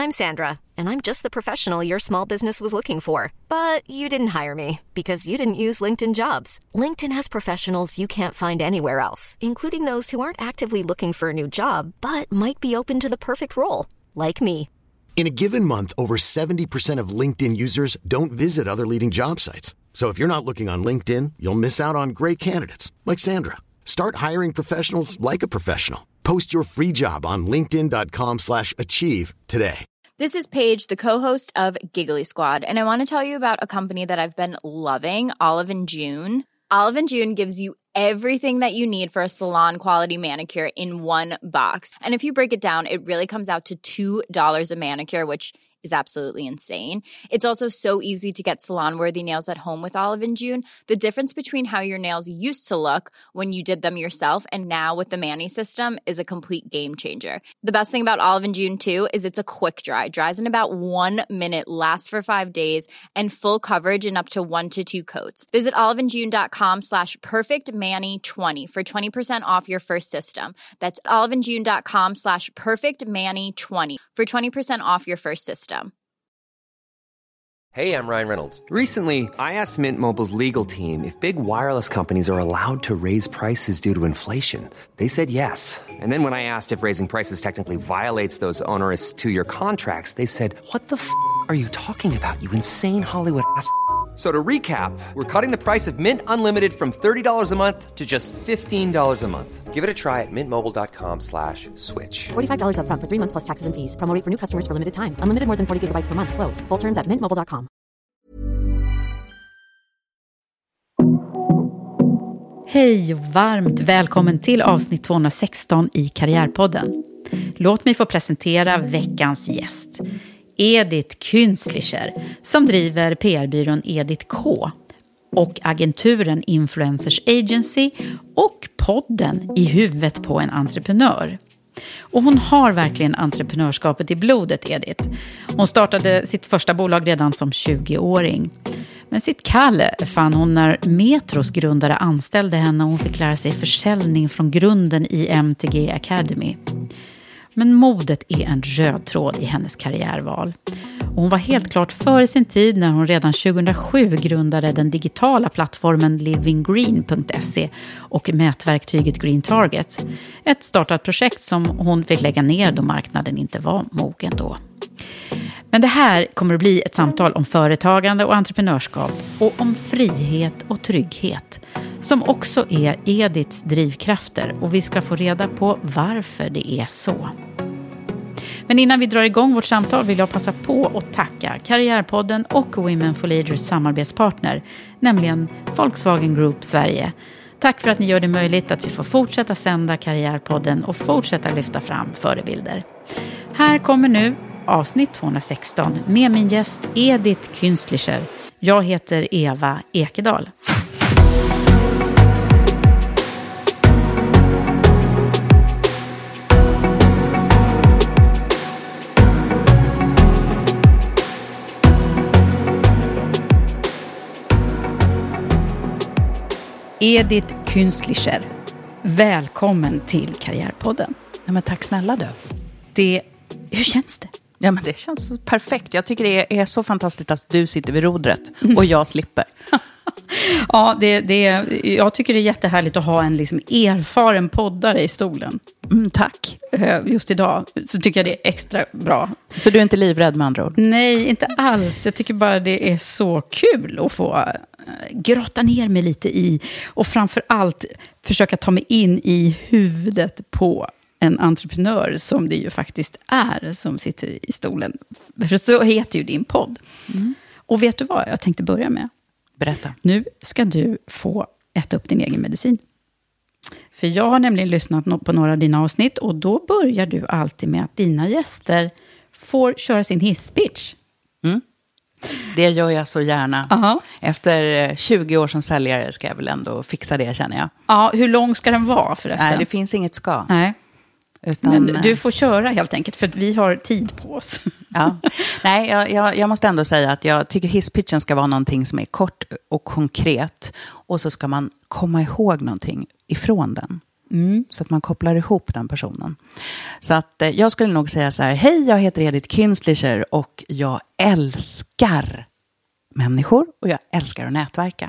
I'm Sandra, and I'm just the professional your small business was looking for. But you didn't hire me because you didn't use LinkedIn Jobs. LinkedIn has professionals you can't find anywhere else, including those who aren't actively looking for a new job, but might be open to the perfect role, like me. In a given month, over 70% of LinkedIn users don't visit other leading job sites. So if you're not looking on LinkedIn, you'll miss out on great candidates like Sandra. Start hiring professionals like a professional. Post your free job on linkedin.com/achieve today. This is Paige, the co-host of Giggly Squad, and I want to tell you about a company that I've been loving, Olive & June. Olive & June gives you everything that you need for a salon-quality manicure in one box. And if you break it down, it really comes out to $2 a manicure, which is absolutely insane. It's also so easy to get salon-worthy nails at home with Olive & June. The difference between how your nails used to look when you did them yourself and now with the Mani system is a complete game changer. The best thing about Olive & June, too, is it's a quick dry. Dries in about 1 minute, lasts for 5 days, and full coverage in up to 1 to 2 coats. Visit oliveandjune.com/perfectmani20 for 20% off your first system. That's oliveandjune.com/perfectmani20 for 20% off your first system. Hey, I'm Ryan Reynolds. Recently, I asked Mint Mobile's legal team if big wireless companies are allowed to raise prices due to inflation. They said yes. And then when I asked if raising prices technically violates those onerous 2-year contracts, they said, "What the f*** are you talking about, you insane Hollywood ass?" So to recap, we're cutting the price of Mint Unlimited from $30 a month to just $15 a month. Give it a try at mintmobile.com/switch. $45 up front for 3 months plus taxes and fees. Promo rate for new customers for limited time. Unlimited more than 40 gigabytes per month. Slows full terms at mintmobile.com. Hej och varmt välkommen till avsnitt 216 i Karriärpodden. Låt mig få presentera veckans gäst. Edith Künstlicher, som driver PR-byrån Edith K och agenturen Influencers Agency och podden I huvudet på en entreprenör. Och hon har verkligen entreprenörskapet i blodet, Edith. Hon startade sitt första bolag redan som 20-åring. Men sitt kall fann hon när Metros grundare anställde henne och hon fick lära sig försäljning från grunden i MTG Academy. Men modet är en röd tråd i hennes karriärval. Och hon var helt klart före sin tid när hon redan 2007 grundade den digitala plattformen livinggreen.se och mätverktyget Green Target. Ett startat projekt som hon fick lägga ner då marknaden inte var mogen då. Men det här kommer att bli ett samtal om företagande och entreprenörskap och om frihet och trygghet som också är Ediths drivkrafter, och vi ska få reda på varför det är så. Men innan vi drar igång vårt samtal vill jag passa på att tacka Karriärpodden och Women for Leaders samarbetspartner, nämligen Volkswagen Group Sverige. Tack för att ni gör det möjligt att vi får fortsätta sända Karriärpodden och fortsätta lyfta fram förebilder. Här kommer nu avsnitt 216 med min gäst Edith Künstlicher. Jag heter Eva Ekedal. Edith Künstlicher, välkommen till Karriärpodden. Ja, men tack snälla du. Hur känns det? Ja, men det känns så perfekt. Jag tycker det är så fantastiskt att du sitter vid rodret och jag slipper. Ja, jag tycker det är jättehärligt att ha en liksom erfaren poddare i stolen. Tack. Just idag så tycker jag det är extra bra. Så du är inte livrädd med andra ord? Nej, inte alls. Jag tycker bara det är så kul att få grotta ner mig lite i och framförallt försöka ta mig in i huvudet på en entreprenör som det ju faktiskt är som sitter i stolen. För så heter ju din podd. Och vet du vad jag tänkte börja med? Berätta. Nu ska du få äta upp din egen medicin. För jag har nämligen lyssnat på några av dina avsnitt och då börjar du alltid med att dina gäster får köra sin hisspitch. Det gör jag så gärna. Aha. Efter 20 år som säljare ska jag väl ändå fixa det, känner jag. Ja, hur lång ska den vara förresten? Nej, det finns inget ska. Nej. Utan, men du får köra helt enkelt för att vi har tid på oss. Ja. Nej, jag måste ändå säga att jag tycker hisspitchen ska vara någonting som är kort och konkret. Och så ska man komma ihåg någonting ifrån den. Så att man kopplar ihop den personen. Så att jag skulle nog säga så här: hej, jag heter Edith Künstlicher och jag älskar människor och jag älskar att nätverka.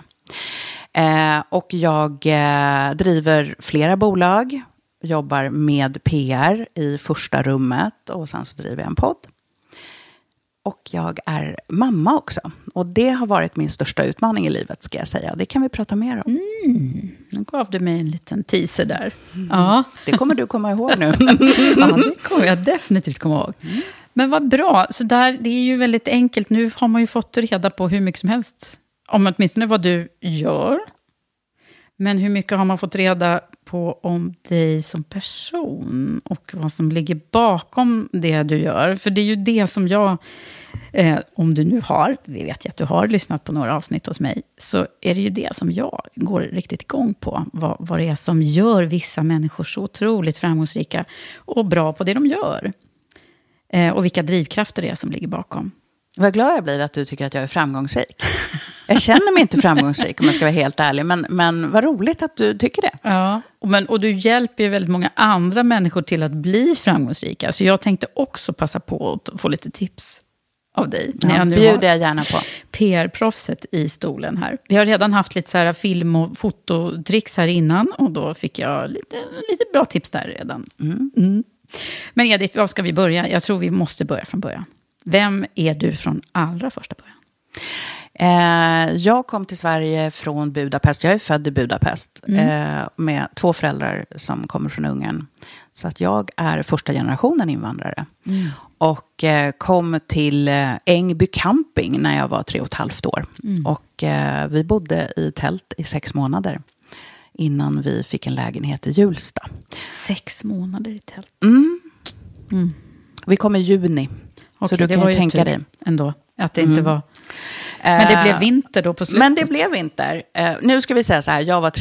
Och jag driver flera bolag, jobbar med PR i första rummet och sen så driver jag en podd. Och jag är mamma också. Och det har varit min största utmaning i livet, ska jag säga. Det kan vi prata mer om. Nu gav du mig en liten teaser där. Ja. Det kommer du komma ihåg nu. Ja, det kommer jag definitivt komma ihåg. Men vad bra. Så där, det är ju väldigt enkelt. Nu har man ju fått reda på hur mycket som helst. Om åtminstone vad du gör. Men hur mycket har man fått reda på om dig som person? Och vad som ligger bakom det du gör. För det är ju det som jag... om du nu har, vi vet ju att du har lyssnat på några avsnitt hos mig, så är det ju det som jag går riktigt igång på. Vad det är som gör vissa människor så otroligt framgångsrika och bra på det de gör. Och vilka drivkrafter det är som ligger bakom. Vad glad jag blir att du tycker att jag är framgångsrik. Jag känner mig inte framgångsrik om jag ska vara helt ärlig, men vad roligt att du tycker det. Ja, och du hjälper ju väldigt många andra människor till att bli framgångsrika. Så jag tänkte också passa på att få lite tips av dig. Ja, bjuder jag gärna på. PR-proffset i stolen här. Vi har redan haft lite så här film- och fototricks här innan. Och då fick jag lite bra tips där redan. Men Edith, var ska vi börja? Jag tror vi måste börja från början. Vem är du från allra första början? Jag kom till Sverige från Budapest. Jag är född i Budapest med 2 föräldrar som kommer från Ungern. Så att jag är första generationen invandrare. Och kom till Ängby camping när jag var 3,5 år. Och vi bodde i tält i 6 månader innan vi fick en lägenhet i Hjulsta. 6 månader i tält? Vi kom i juni. Okej, så du kan ju tänka dig ändå att det inte var... Men det blev vinter då på slutet? Men det blev vinter. Nu ska vi säga så här, jag var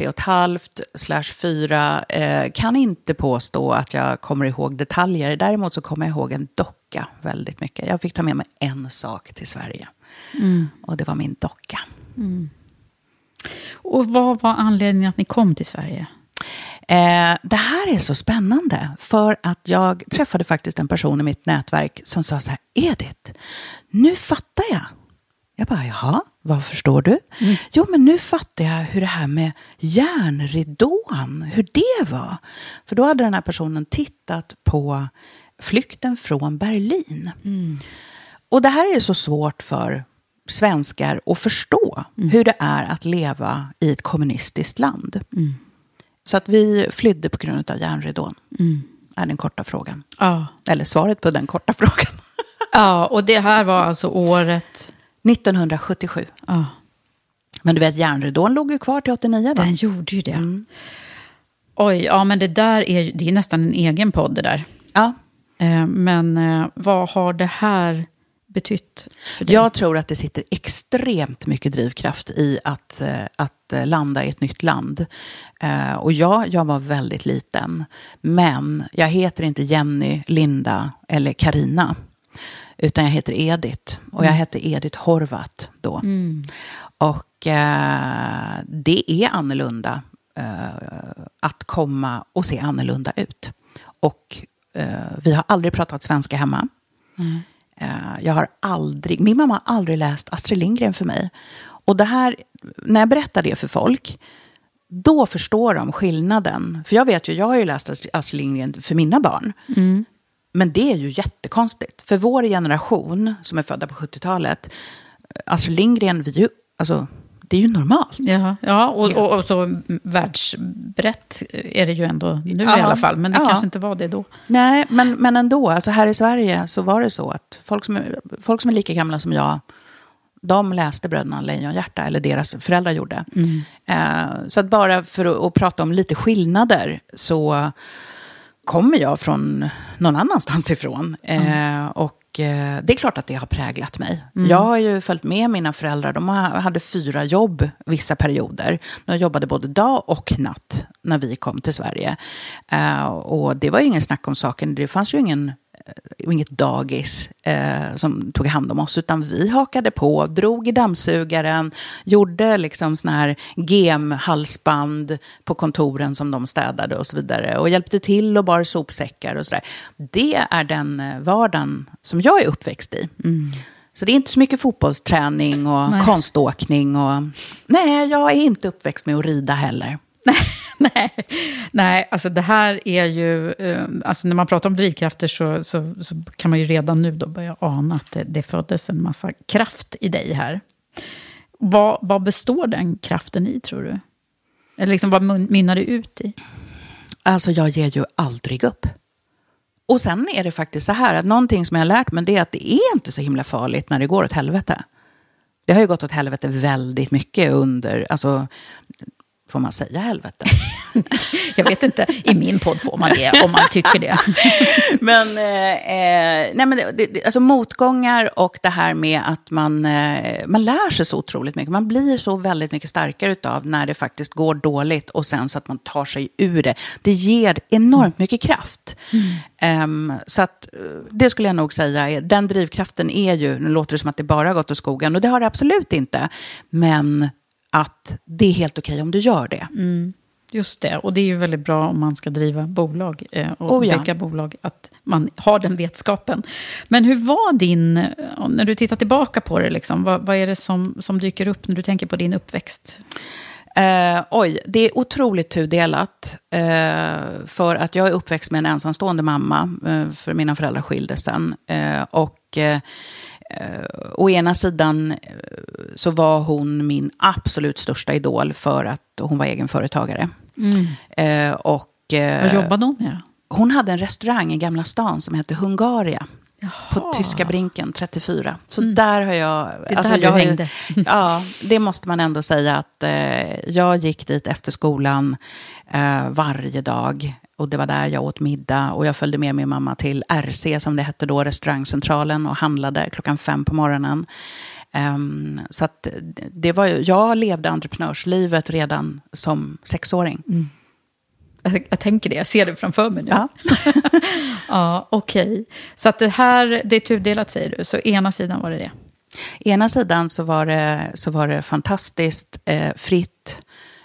3,5/4. Kan inte påstå att jag kommer ihåg detaljer. Däremot så kommer jag ihåg en docka väldigt mycket. Jag fick ta med mig en sak till Sverige. Och det var min docka. Och vad var anledningen att ni kom till Sverige? Det här är så spännande. För att jag träffade faktiskt en person i mitt nätverk som sa så här: Edith, nu fattar jag. Jag bara, jaha, vad förstår du? Jo, men nu fattar jag hur det här med järnridån, hur det var. För då hade den här personen tittat på flykten från Berlin. Och det här är så svårt för svenskar att förstå hur det är att leva i ett kommunistiskt land. Så att vi flydde på grund av järnridån. Är den korta frågan. Ja. Eller svaret på den korta frågan. Ja, och det här var alltså året... 1977. Ja. Men du vet, järnridån låg ju kvar till 89, va? Den gjorde ju det. Oj, ja, men det är nästan en egen podd det där. Ja. Men vad har det här betytt för dig? Jag tror att det sitter extremt mycket drivkraft i att landa i ett nytt land. Och jag var väldigt liten. Men jag heter inte Jenny, Linda eller Karina. Utan jag heter Edith. Och jag hette Edith Horvath då. Och det är annorlunda att komma och se annorlunda ut. Och vi har aldrig pratat svenska hemma. Min mamma har aldrig läst Astrid Lindgren för mig. Och det här, när jag berättar det för folk, då förstår de skillnaden. För jag vet ju, jag har ju läst Astrid Lindgren för mina barn. Men det är ju jättekonstigt. För vår generation som är födda på 70-talet, Astrid Lindgren, det är ju normalt. Ja, och så världsbrett är det ju ändå nu i alla fall. Men det kanske inte var det då. Nej, men ändå. Alltså här i Sverige så var det så att folk som är lika gamla som jag, de läste Bröderna Lejonhjärta, eller deras föräldrar gjorde. Så att bara för att prata om lite skillnader så kommer jag från någon annanstans ifrån. Och det är klart att det har präglat mig. Jag har ju följt med mina föräldrar. De hade 4 jobb vissa perioder. De jobbade både dag och natt när vi kom till Sverige. Och det var ju ingen snack om saken. Det fanns ju ingen inget dagis som tog hand om oss, utan vi hakade på, drog i dammsugaren, gjorde liksom såna här gem-halsband på kontoren som de städade och så vidare, och hjälpte till och bar sopsäckar och sådär. Det är den vardagen som jag är uppväxt i. Så det är inte så mycket fotbollsträning och konståkning. Nej, jag är inte uppväxt med att rida heller. Nej, alltså det här är ju, alltså när man pratar om drivkrafter så kan man ju redan nu då börja ana att det föddes en massa kraft i dig här. Vad består den kraften i, tror du? Eller liksom, vad mynnar det ut i? Alltså jag ger ju aldrig upp. Och sen är det faktiskt så här att någonting som jag har lärt mig, det är att det är inte så himla farligt när det går åt helvete. Det har ju gått åt helvete väldigt mycket under, alltså, får man säga helvete? Jag vet inte, i min podd får man det om man tycker det. Men, nej, men alltså motgångar och det här med att man lär sig så otroligt mycket. Man blir så väldigt mycket starkare utav när det faktiskt går dåligt, och sen så att man tar sig ur det. Det ger enormt mycket kraft. Så att det skulle jag nog säga, den drivkraften är ju, nu låter det som att det bara har gått åt skogen, och det har det absolut inte. Men att det är helt okej om du gör det. Just det, och det är ju väldigt bra om man ska driva bolag och bygga bolag, att man har den vetskapen. Men hur var när du tittar tillbaka på det, liksom, vad är det som dyker upp när du tänker på din uppväxt? Det är otroligt tudelat. För att jag är uppväxt med en ensamstående mamma, för mina föräldrar skilde sen. Å ena sidan så var hon min absolut största idol, för att hon var egenföretagare. Vad jobbade hon med då? Hon hade en restaurang i Gamla stan som hette Hungaria. På Tyska Brinken 34. Så där har jag... Det alltså, jag hängde. Ja, det måste man ändå säga att jag gick dit efter skolan varje dag. Och det var där jag åt middag. Och jag följde med min mamma till RC, som det hette då, restaurangcentralen, och handlade 5:00 på morgonen. Så att det var, jag levde entreprenörslivet redan som 6-åring. Jag tänker det, jag ser det framför mig nu. Ja, ja, okej. Så att det är tudelat, säger du. Så ena sidan var det. Ena sidan så var det fantastiskt fritt.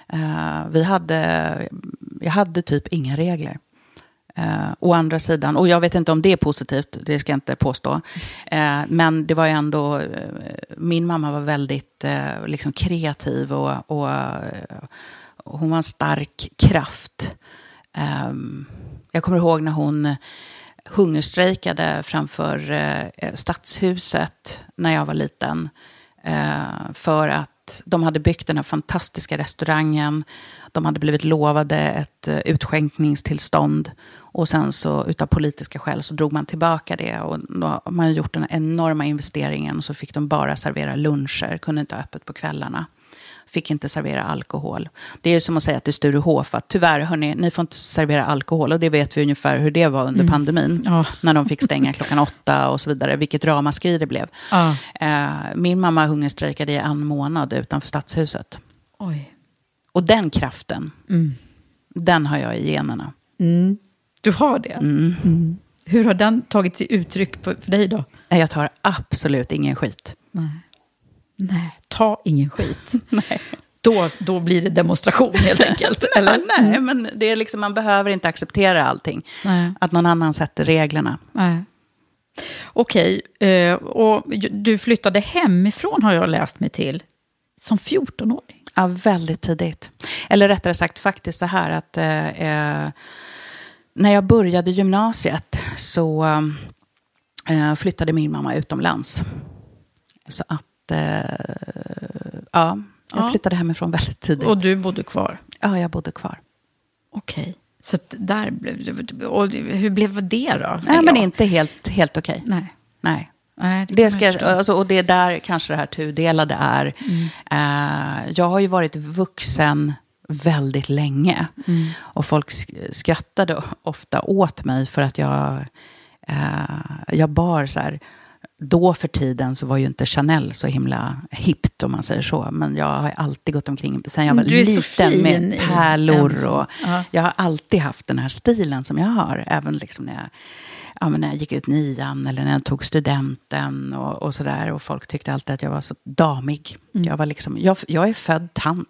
Jag hade typ inga regler. Å andra sidan, och jag vet inte om det är positivt, det ska jag inte påstå. Men det var ju ändå, min mamma var väldigt liksom kreativ och hon var en stark kraft. Jag kommer ihåg när hon hungerstrejkade framför stadshuset när jag var liten. För att de hade byggt den här fantastiska restaurangen. De hade blivit lovade ett utskänkningstillstånd. Och sen så utav politiska skäl så drog man tillbaka det. Och då man hade gjort den enorma investeringen. Och så fick de bara servera luncher. Kunde inte ha öppet på kvällarna. Fick inte servera alkohol. Det är ju som att säga till Sturehof att tyvärr, hörni, ni får inte servera alkohol. Och det vet vi ungefär hur det var under pandemin. Ja. När de fick stänga 8:00 och så vidare. Vilket ramaskri det blev. Ja. Min mamma hungerstrejkade i 1 månad utanför stadshuset. Oj. Och den kraften, den har jag i generna. Du har det? Hur har den tagit sig uttryck för dig då? Jag tar absolut ingen skit. Nej, ta ingen skit. Nej. Då blir det demonstration helt enkelt. Eller? Nej, men det är liksom, man behöver inte acceptera allting. Nej. Att någon annan sätter reglerna. Nej. Okej, och du flyttade hemifrån, har jag läst mig till, som 14-åring. Ja, väldigt tidigt. Eller rättare sagt faktiskt så här att när jag började gymnasiet så flyttade min mamma utomlands. Så att jag flyttade hemifrån väldigt tidigt. Och du bodde kvar? Ja, jag bodde kvar. Okej. Så där blev det. Och hur blev det då? Nej, men inte helt okej. Nej. Det ska och det är där kanske det här tudelade är. Jag har ju varit vuxen väldigt länge. Och folk skrattade ofta åt mig för att jag bar så här. Då för tiden så var ju inte Chanel så himla hippt, om man säger så. Men jag har alltid gått omkring sen jag var liten med pärlor. Och jag har alltid haft den här stilen som jag har. Även liksom när när jag gick ut 9:an eller när jag tog studenten och sådär. Och folk tyckte alltid att jag var så damig. Jag var liksom, jag är född tant.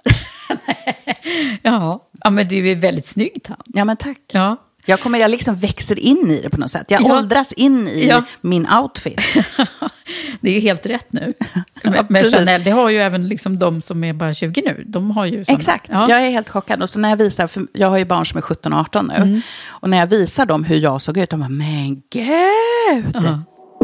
Ja, men du är väldigt snygg tant. Ja, men tack. Ja. Jag liksom växer in i det på något sätt. Jag åldras in i min outfit. Det är helt rätt nu. Men Chanel, det har ju även liksom de som är bara 20 nu. De har ju Exakt, jag är helt chockad. Och så när jag visar, för jag har ju barn som är 17-18 nu. Och när jag visar dem hur jag såg ut, de bara, men gud!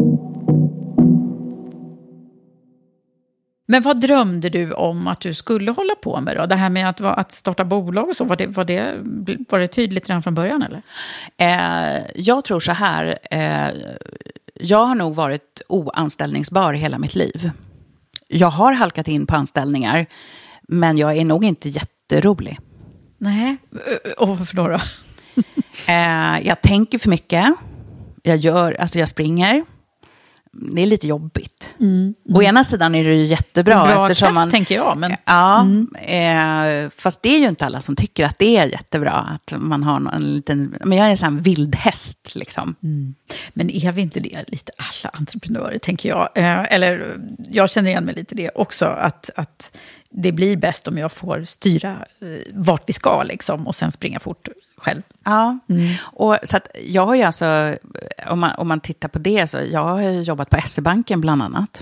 Men vad drömde du om att du skulle hålla på med då? Det här med att starta bolag och så, var det tydligt redan från början eller? Jag tror så här, jag har nog varit oanställningsbar hela mitt liv. Jag har halkat in på anställningar, men jag är nog inte jätterolig. Nej, och varför då? Jag tänker för mycket. Jag springer. Det är lite jobbigt. Å ena sidan är det ju jättebra. Bra eftersom kraft, tänker jag. Men... Fast det är ju inte alla som tycker att det är jättebra. Att man har en liten... Men jag är en sån vild häst, liksom. Men är vi inte det lite alla entreprenörer, tänker jag? Eller jag känner igen mig lite det också. Att det blir bäst om jag får styra vart vi ska, liksom. Och sen springa fort själv. Ja, och så att jag har ju alltså, om man tittar på det, så jag har ju jobbat på SE-banken bland annat.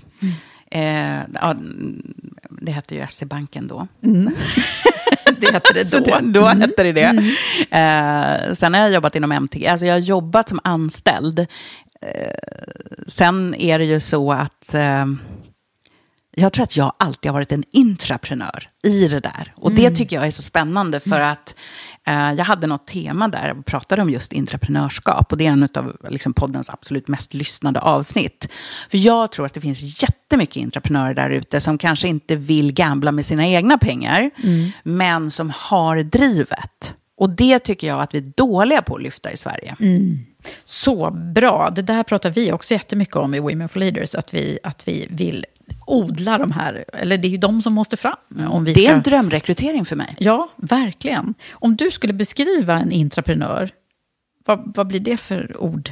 Det hette ju SE-banken då. Det hette det då. Då hette det det. Sen har jag jobbat inom MTG, alltså jag har jobbat som anställd. Sen är det ju så att... Jag tror att jag alltid har varit en intraprenör i det där. Och det tycker jag är så spännande för att jag hade något tema där och pratade om just intraprenörskap. Och det är en av liksom poddens absolut mest lyssnade avsnitt. För jag tror att det finns jättemycket intraprenörer där ute som kanske inte vill gambla med sina egna pengar. Men som har drivet. Och det tycker jag att vi är dåliga på att lyfta i Sverige. Så bra. Det där pratar vi också jättemycket om i Women for Leaders. Att vi vill odla de här, eller det är ju de som måste fram. Det är en drömrekrytering för mig. Ja, verkligen. Om du skulle beskriva en intraprenör, vad blir det för ord?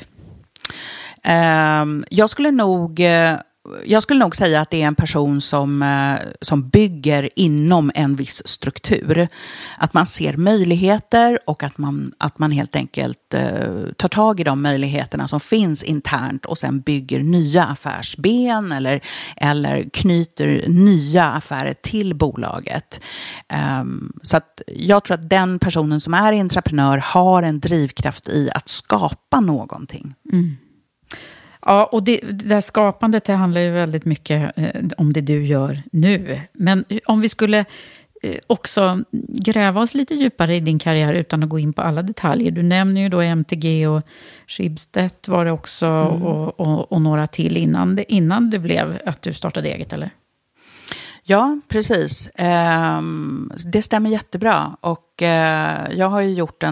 Jag skulle nog säga att det är en person som bygger inom en viss struktur. Att man ser möjligheter och att man helt enkelt tar tag i de möjligheterna som finns internt och sen bygger nya affärsben eller knyter nya affärer till bolaget. Så att jag tror att den personen som är entreprenör har en drivkraft i att skapa någonting. Ja, och det där skapandet, det handlar ju väldigt mycket om det du gör nu. Men om vi skulle också gräva oss lite djupare i din karriär utan att gå in på alla detaljer. Du nämner ju då MTG och Schibsted var det också och några till innan det blev att du startade eget, eller? Ja, precis. Det stämmer jättebra. Och jag har ju gjort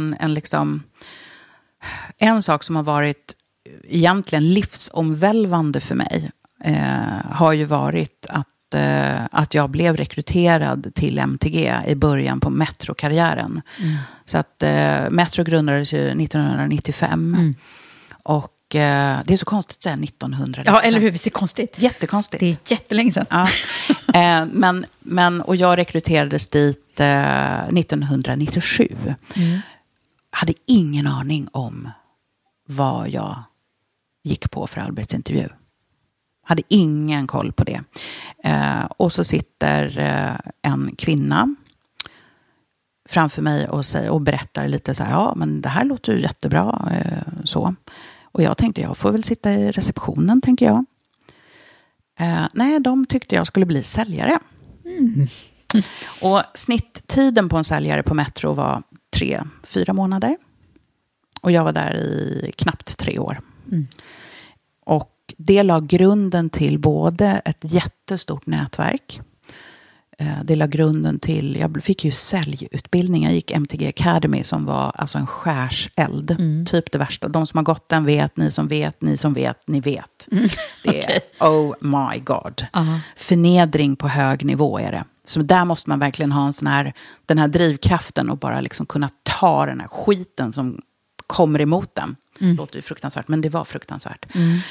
en sak som har varit egentligen livsomvälvande för mig har ju varit att jag blev rekryterad till MTG i början på Metro-karriären. Så att Metro grundades ju 1995. Och det är så konstigt att säga 1995. Ja, eller hur? Visst är det konstigt? Jättekonstigt. Det är jättelänge sedan. Ja. Och jag rekryterades dit 1997. Hade ingen aning om vad jag gick på för arbetsintervju. Hade ingen koll på det. Och så sitter en kvinna framför mig och berättar lite så här, ja men det här låter ju jättebra. Så. Och jag tänkte, jag får väl sitta i receptionen, tänker jag. Nej, de tyckte jag skulle bli säljare. Och snitttiden på en säljare på Metro var 3-4 månader. Och jag var där i knappt 3 år. Och det la grunden till både ett jättestort nätverk. Det la grunden till, jag fick ju säljutbildning. Jag gick MTG Academy som var alltså en skärseld. Typ det värsta. De som har gått den vet, ni som vet, ni vet. Det är, oh my god. Förnedring på hög nivå är det. Så där måste man verkligen ha den här drivkraften och bara liksom kunna ta den här skiten som kommer emot den. Det låter ju fruktansvärt, men det var fruktansvärt.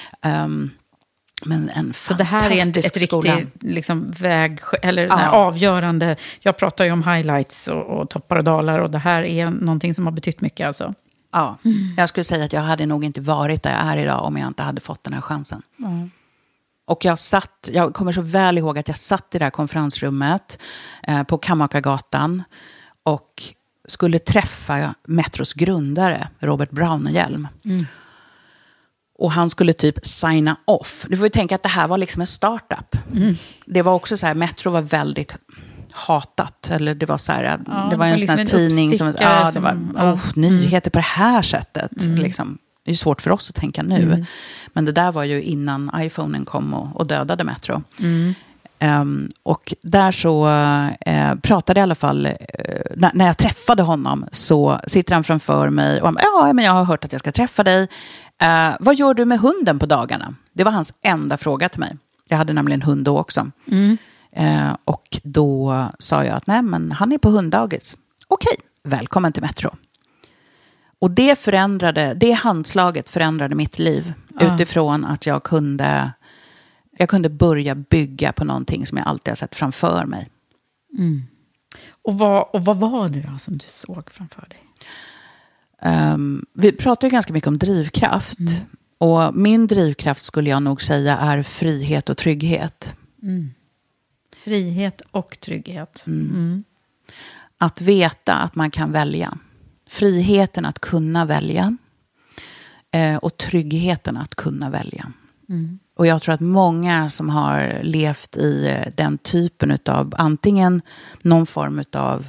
Men en så det här är ett riktigt liksom, väg, eller avgörande. Jag pratar ju om highlights och toppar och dalar, och det här är någonting som har betytt mycket alltså. Ja, jag skulle säga att jag hade nog inte varit där jag är idag om jag inte hade fått den här chansen. Och jag kommer så väl ihåg att jag satt i det här konferensrummet på Kammakargatan och skulle träffa Metros grundare, Robert Braunehjelm. Och han skulle typ signa off. Du får ju tänka att det här var liksom en startup. Det var också så här, Metro var väldigt hatat. Eller det var så här, det var en sån här tidning som det var nyheter på det här sättet. Liksom. Det är svårt för oss att tänka nu. Men det där var ju innan iPhonen kom och dödade Metro. Och där så pratade i alla fall, när jag träffade honom så sitter han framför mig och men jag har hört att jag ska träffa dig. Vad gör du med hunden på dagarna? Det var hans enda fråga till mig. Jag hade nämligen hund då också. Och då sa jag att nej, men han är på hunddagis. Okej, välkommen till Metro. Och det handslaget förändrade mitt liv. Utifrån att jag kunde börja bygga på någonting som jag alltid har sett framför mig. Och vad var det då som du såg framför dig? Vi pratar ju ganska mycket om drivkraft. Och min drivkraft skulle jag nog säga är frihet och trygghet. Frihet och trygghet. Att veta att man kan välja. Friheten att kunna välja. Och tryggheten att kunna välja. Och jag tror att många som har levt i den typen av antingen någon form av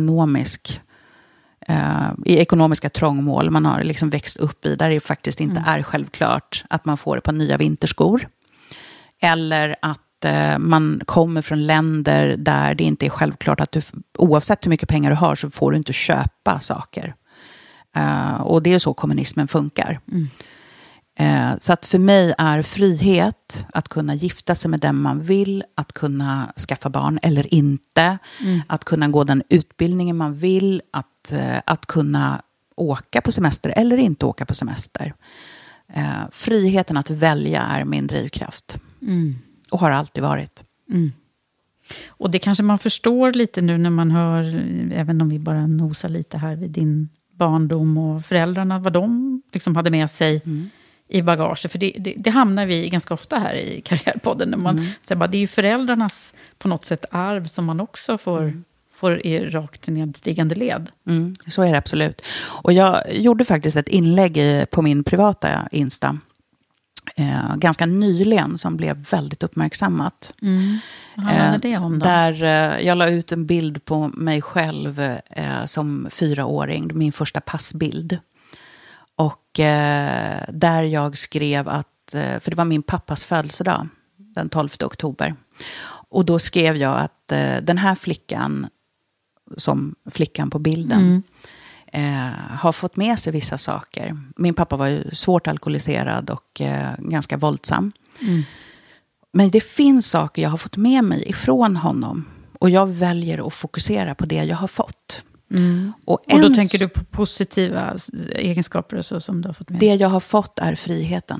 ekonomiska trångmål man har liksom växt upp i, där det faktiskt inte är självklart att man får ett par nya vinterskor. Eller att man kommer från länder där det inte är självklart att du, oavsett hur mycket pengar du har, så får du inte köpa saker. Och det är så kommunismen funkar. Så att för mig är frihet att kunna gifta sig med den man vill, att kunna skaffa barn eller inte, att kunna gå den utbildningen man vill, att kunna åka på semester eller inte åka på semester. Friheten att välja är min drivkraft. Och har alltid varit. Och det kanske man förstår lite nu när man hör, även om vi bara nosar lite här vid din barndom och föräldrarna, vad de liksom hade med sig i bagage. För det hamnar vi ganska ofta här i Karriärpodden. När man säger bara, det är ju föräldrarnas på något sätt arv som man också får i rakt nedstigande led. Så är det absolut. Och jag gjorde faktiskt ett inlägg på min privata Insta ganska nyligen som blev väldigt uppmärksammat. Vad handlade det om då? Där jag la ut en bild på mig själv som 4-åring, min första passbild. Och där jag skrev att, för det var min pappas födelsedag, den 12 oktober. Och då skrev jag att den här flickan, som flickan på bilden, har fått med sig vissa saker. Min pappa var ju svårt alkoholiserad och ganska våldsam. Men det finns saker jag har fått med mig ifrån honom. Och jag väljer att fokusera på det jag har fått. Och då tänker du på positiva egenskaper och så som du har fått med? Det jag har fått är friheten.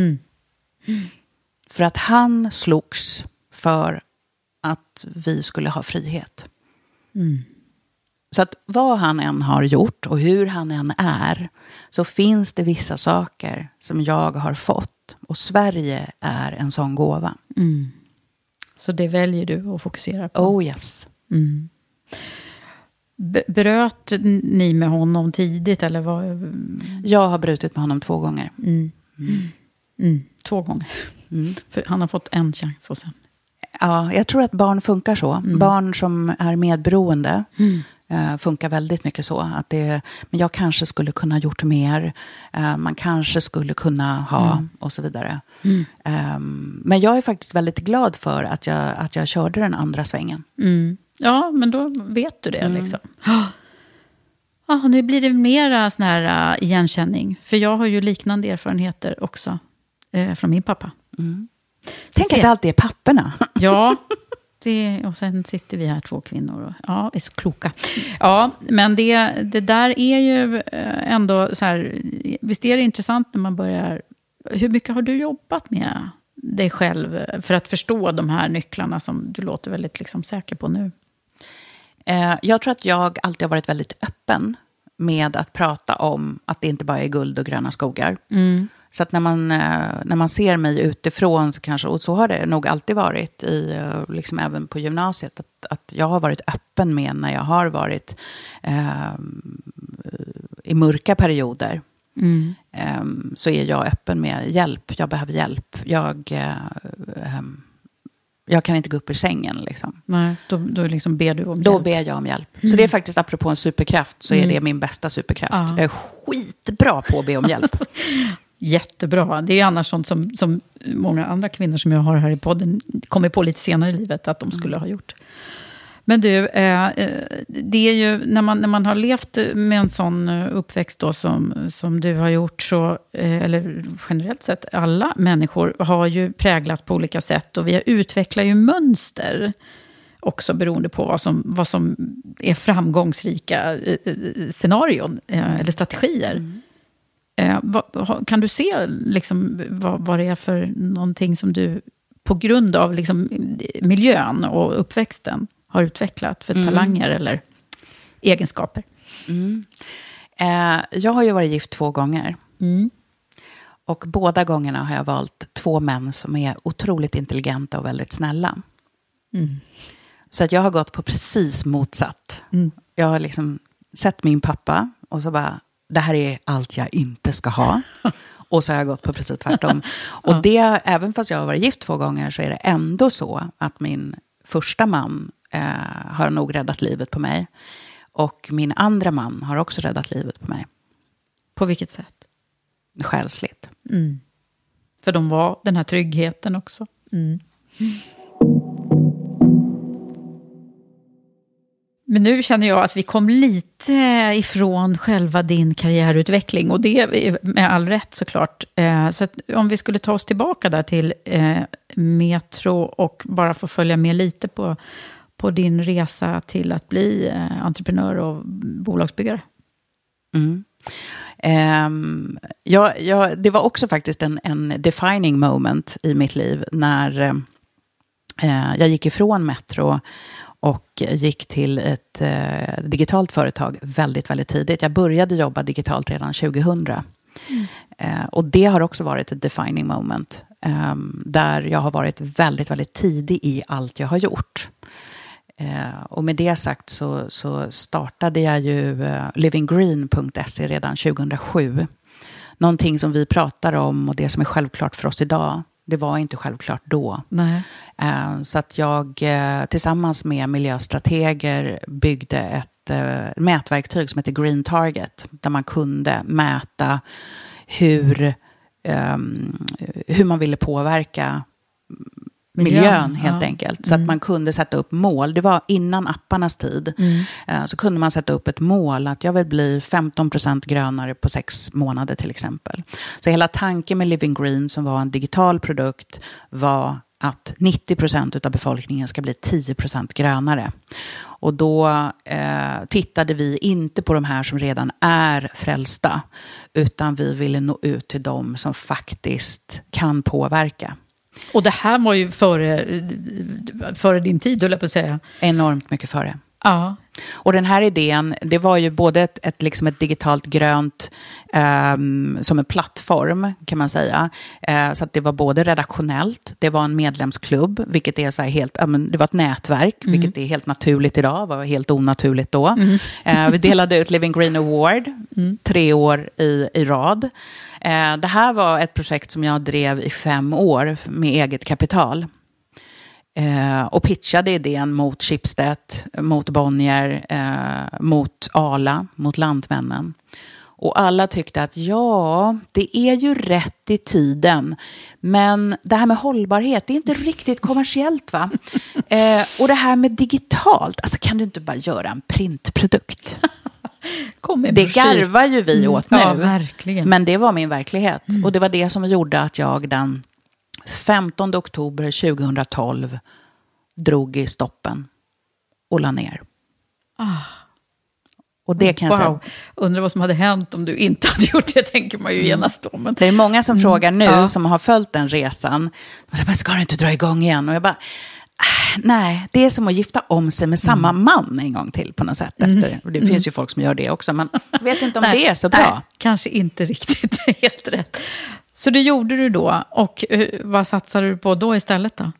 För att han slogs för att vi skulle ha frihet. Så att vad han än har gjort och hur han än är, så finns det vissa saker som jag har fått. Och Sverige är en sån gåva. Så det väljer du att fokusera på? Oh yes. Bröt ni med honom tidigt? Eller vad? Jag har brutit med honom 2 gånger. 2 gånger? För han har fått en chans och sen... Ja, jag tror att barn funkar så. Barn som är medberoende funkar väldigt mycket så. Att men jag kanske skulle kunna ha gjort mer. Man kanske skulle kunna ha och så vidare. Men jag är faktiskt väldigt glad för att jag körde den andra svängen. Ja, men då vet du det liksom. Nu blir det mera sån här igenkänning. För jag har ju liknande erfarenheter också från min pappa. Tänk att det alltid är papporna. Ja, och sen sitter vi här 2 kvinnor och vi är så kloka. Ja, men det där är ju ändå så här, visst är det intressant när man börjar... Hur mycket har du jobbat med dig själv för att förstå de här nycklarna som du låter väldigt liksom säker på nu? Jag tror att jag alltid har varit väldigt öppen med att prata om att det inte bara är guld och gröna skogar. Så att när man ser mig utifrån så kanske, och så har det nog alltid varit liksom även på gymnasiet, att jag har varit öppen med när jag har varit i mörka perioder. Så är jag öppen med hjälp. Jag behöver hjälp. Jag kan inte gå upp ur sängen. Liksom. Nej, då liksom ber du om hjälp. Då ber jag om hjälp. Så det är faktiskt, apropå en superkraft, så är det min bästa superkraft. Jag är skitbra på att be om hjälp. Jättebra. Det är annars sånt som många andra kvinnor som jag har här i podden kommer på lite senare i livet att de skulle ha gjort. Men du, det är ju när man har levt med en sån uppväxt då som du har gjort, så, eller generellt sett alla människor har ju präglats på olika sätt, och vi utvecklar ju mönster också beroende på vad som är framgångsrika scenarion eller strategier. Kan du se liksom, vad det är för någonting som du på grund av liksom, miljön och uppväxten har utvecklat för talanger eller egenskaper? Jag har ju varit gift 2 gånger. Och båda gångerna har jag valt 2 män som är otroligt intelligenta och väldigt snälla. Så att jag har gått på precis motsatt. Jag har liksom sett min pappa och så bara, det här är allt jag inte ska ha. Och så har jag gått på precis tvärtom. Och det, även fast jag har varit gift 2 gånger, så är det ändå så att min första man har nog räddat livet på mig. Och min andra man har också räddat livet på mig. På vilket sätt? Själsligt. För de var den här tryggheten också. Men nu känner jag att vi kom lite ifrån själva din karriärutveckling. Och det är med all rätt såklart. Så att om vi skulle ta oss tillbaka där till Metro och bara få följa med lite på din resa till att bli entreprenör och bolagsbyggare. Det var också faktiskt en defining moment i mitt liv när jag gick ifrån Metro och gick till ett digitalt företag väldigt, väldigt tidigt. Jag började jobba digitalt redan 2000. Och det har också varit ett defining moment. Där jag har varit väldigt, väldigt tidig i allt jag har gjort. Och med det sagt så startade jag ju livinggreen.se redan 2007. Någonting som vi pratar om och det som är självklart för oss idag, det var inte självklart då. Nej. Så att jag tillsammans med miljöstrateger byggde ett mätverktyg som heter Green Target. Där man kunde mäta hur man ville påverka miljön helt enkelt. Så att man kunde sätta upp mål. Det var innan apparnas tid. Så kunde man sätta upp ett mål att jag vill bli 15% grönare på 6 månader till exempel. Så hela tanken med Living Green, som var en digital produkt, var att 90% av befolkningen ska bli 10% grönare. Och då tittade vi inte på de här som redan är frälsta, utan vi ville nå ut till dem som faktiskt kan påverka. Och det här var ju före din tid, höll jag på att säga. Enormt mycket före. Ja. Och den här idén, det var ju både ett digitalt grönt som en plattform kan man säga. Så att det var både redaktionellt, det var en medlemsklubb, vilket är så här helt, det var ett nätverk, vilket är helt naturligt idag, var helt onaturligt då. Vi delade ut Living Green Award 3 år i rad. Det här var ett projekt som jag drev i 5 år med eget kapital. Och pitchade idén mot Schibsted, mot Bonnier, mot Arla, mot Lantmännen. Och alla tyckte att det är ju rätt i tiden. Men det här med hållbarhet, det är inte riktigt kommersiellt va? Och det här med digitalt, alltså kan du inte bara göra en printprodukt? Det garvar ju vi åt nu. Ja, verkligen. Men det var min verklighet. Och det var det som gjorde att jag den 15 oktober 2012 drog i stoppen och la ner. Och det kan jag säga. Undrar vad som hade hänt om du inte hade gjort det, tänker man ju genast då. Men... Det är många som frågar nu, som har följt den resan. Men ska du inte dra igång igen? Och jag bara, nej, det är som att gifta om sig med samma man en gång till på något sätt. Efter. Det finns ju folk som gör det också, men jag vet inte om det är så bra. Nej, kanske inte riktigt helt rätt. Så det gjorde du då, och vad satsade du på då istället då?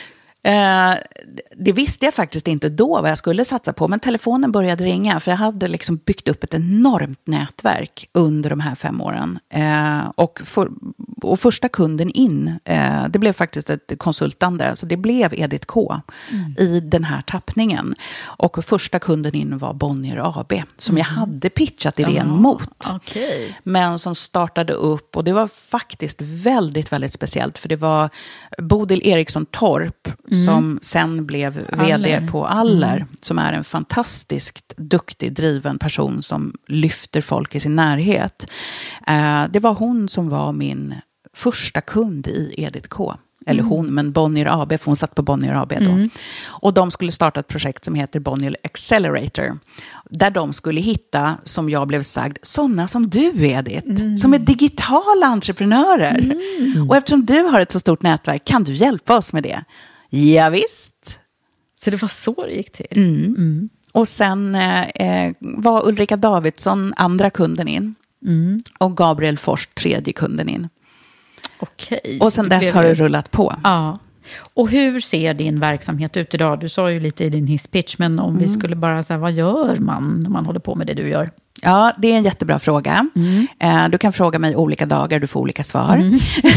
Det visste jag faktiskt inte då vad jag skulle satsa på, men telefonen började ringa, för jag hade liksom byggt upp ett enormt nätverk under de här 5 åren. Och första kunden in, det blev faktiskt ett konsultande, så det blev Edith K i den här tappningen. Och första kunden in var Bonnier AB, som jag hade pitchat idén mot. Okay. Men som startade upp, och det var faktiskt väldigt, väldigt speciellt, för det var Bodil Eriksson Torp som sen blev vd på Aller, som är en fantastiskt duktig, driven person som lyfter folk i sin närhet. Det var hon som var min första kund i Edith K. Eller hon, men Bonnier AB, för hon satt på Bonnier AB då. Och de skulle starta ett projekt som heter Bonnier Accelerator. Där de skulle hitta, som jag blev sagd, sådana som du, Edith. Som är digitala entreprenörer. Och eftersom du har ett så stort nätverk, kan du hjälpa oss med det? Ja, visst. Så det var så det gick till? Och sen var Ulrika Davidsson andra kunden in. Och Gabriel Fors tredje kunden in. Okej. Och sen dess har det rullat på. Ja. Och hur ser din verksamhet ut idag? Du sa ju lite i din hisspitch, men om vi skulle bara säga, vad gör man när man håller på med det du gör? Ja, det är en jättebra fråga. Du kan fråga mig olika dagar, du får olika svar.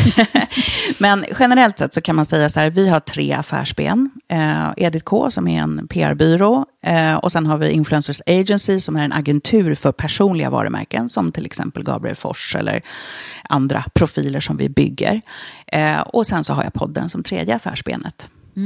Men generellt sett så kan man säga så här, vi har 3 affärsben. Edith K som är en PR-byrå. Och sen har vi Influencers Agency som är en agentur för personliga varumärken. Som till exempel Gabriel Fors eller andra profiler som vi bygger. Och sen så har jag podden som 3:e affärsbenet.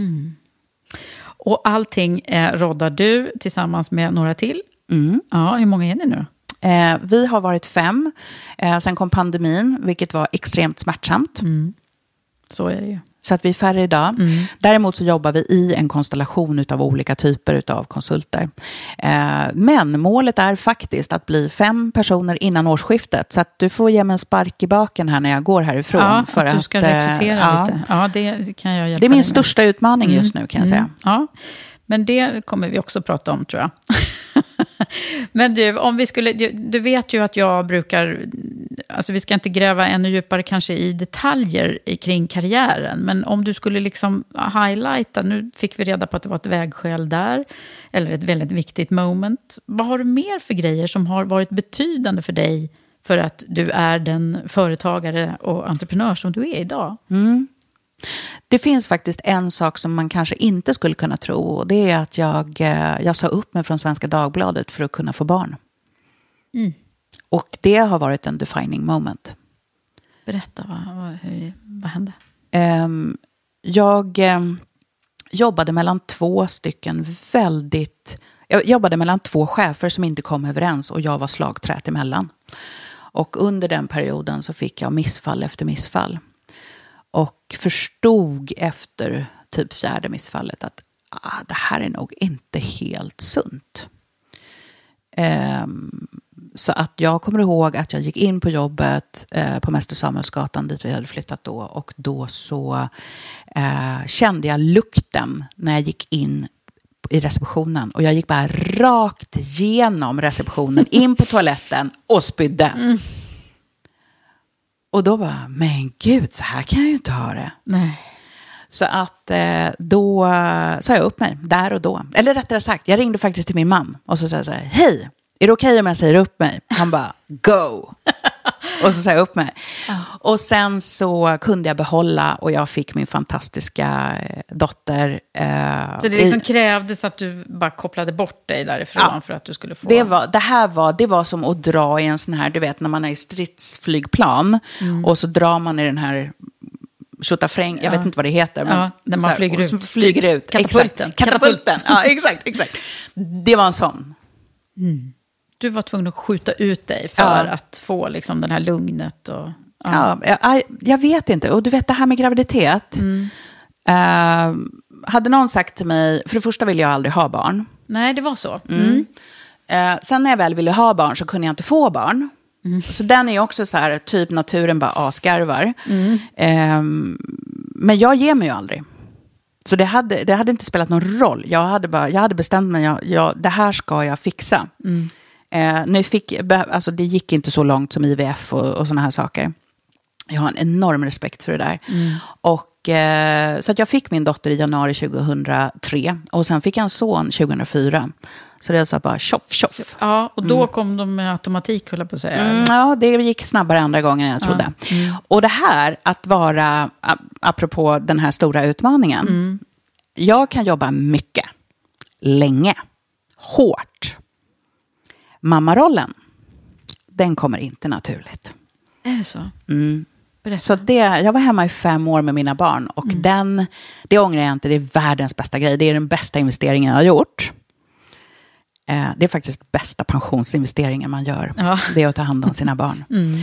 Och allting roddar du tillsammans med några till? Ja, hur många är ni nu? Vi har varit 5. Sen kom pandemin, vilket var extremt smärtsamt. Så är det ju. Så att vi är färre idag. Däremot så jobbar vi i en konstellation av olika typer av konsulter. Men målet är faktiskt att bli 5 personer innan årsskiftet. Så att du får ge mig en spark i baken här när jag går härifrån. Ja, för att du ska rekrytera lite. Ja, det kan jag hjälpa. Det är min största utmaning just nu, kan jag säga. Ja, men det kommer vi också prata om, tror jag. Men du, om vi skulle, du vet ju att jag brukar, alltså vi ska inte gräva ännu djupare kanske i detaljer kring karriären, men om du skulle liksom highlighta, nu fick vi reda på att det var ett vägskäl där, eller ett väldigt viktigt moment. Vad har du mer för grejer som har varit betydande för dig för att du är den företagare och entreprenör som du är idag? Det finns faktiskt en sak som man kanske inte skulle kunna tro, och det är att jag sa upp mig från Svenska Dagbladet för att kunna få barn. Och det har varit en defining moment. Berätta, vad hände? Jag jobbade mellan 2 chefer som inte kom överens, och jag var slagträt emellan. Och under den perioden så fick jag missfall efter missfall. Och förstod efter typ 4:e missfallet att det här är nog inte helt sunt. Så att jag kommer ihåg att jag gick in på jobbet på Mäster Samuelsgatan dit vi hade flyttat då. Och då så kände jag lukten när jag gick in i receptionen. Och jag gick bara rakt genom receptionen in på toaletten och spydde. Och då bara, men gud, så här kan jag ju inte ha det. Nej. Så att då sa jag upp mig där och då. Eller rättare sagt, jag ringde faktiskt till min man. Och så sa jag så här, hej, är det okej om jag säger upp mig? Han bara, go! Och så sa jag upp mig. Och sen så kunde jag behålla, och jag fick min fantastiska dotter. Så det liksom krävdes att du bara kopplade bort dig därifrån för att du skulle få... Det var som att dra i en sån här, du vet, när man är i stridsflygplan och så drar man i den här tjotafräng, jag vet inte vad det heter. Men när man flyger ut. Katapulten. Ja, exakt. Det var en sån. Du var tvungen att skjuta ut dig för att få liksom den här lugnet. Och, jag vet inte. Och du vet, det här med graviditet. Hade någon sagt till mig, för det första vill jag aldrig ha barn. Nej, det var så. Sen när jag väl ville ha barn så kunde jag inte få barn. Så den är också så här, typ naturen bara asgarvar. Men jag ger mig ju aldrig. Så det hade inte spelat någon roll. Jag hade bestämt mig, det här ska jag fixa. Det gick inte så långt som IVF och såna här saker. Jag har en enorm respekt för det där. Och så att jag fick min dotter i januari 2003. Och sen fick jag en son 2004. Så det är så bara tjoff. Ja, och då kom de med automatik, höll jag på att säga. Ja, det gick snabbare andra gången än jag trodde. Och det här, att vara, apropå den här stora utmaningen. Jag kan jobba mycket, länge, hårt. Mammarollen, den kommer inte naturligt. Är det så? Så jag var hemma i 5 år med mina barn. Och det ångrar jag inte, det är världens bästa grej. Det är den bästa investeringen jag har gjort. Det är faktiskt bästa pensionsinvesteringen man gör. Ja. Det är att ta hand om sina barn.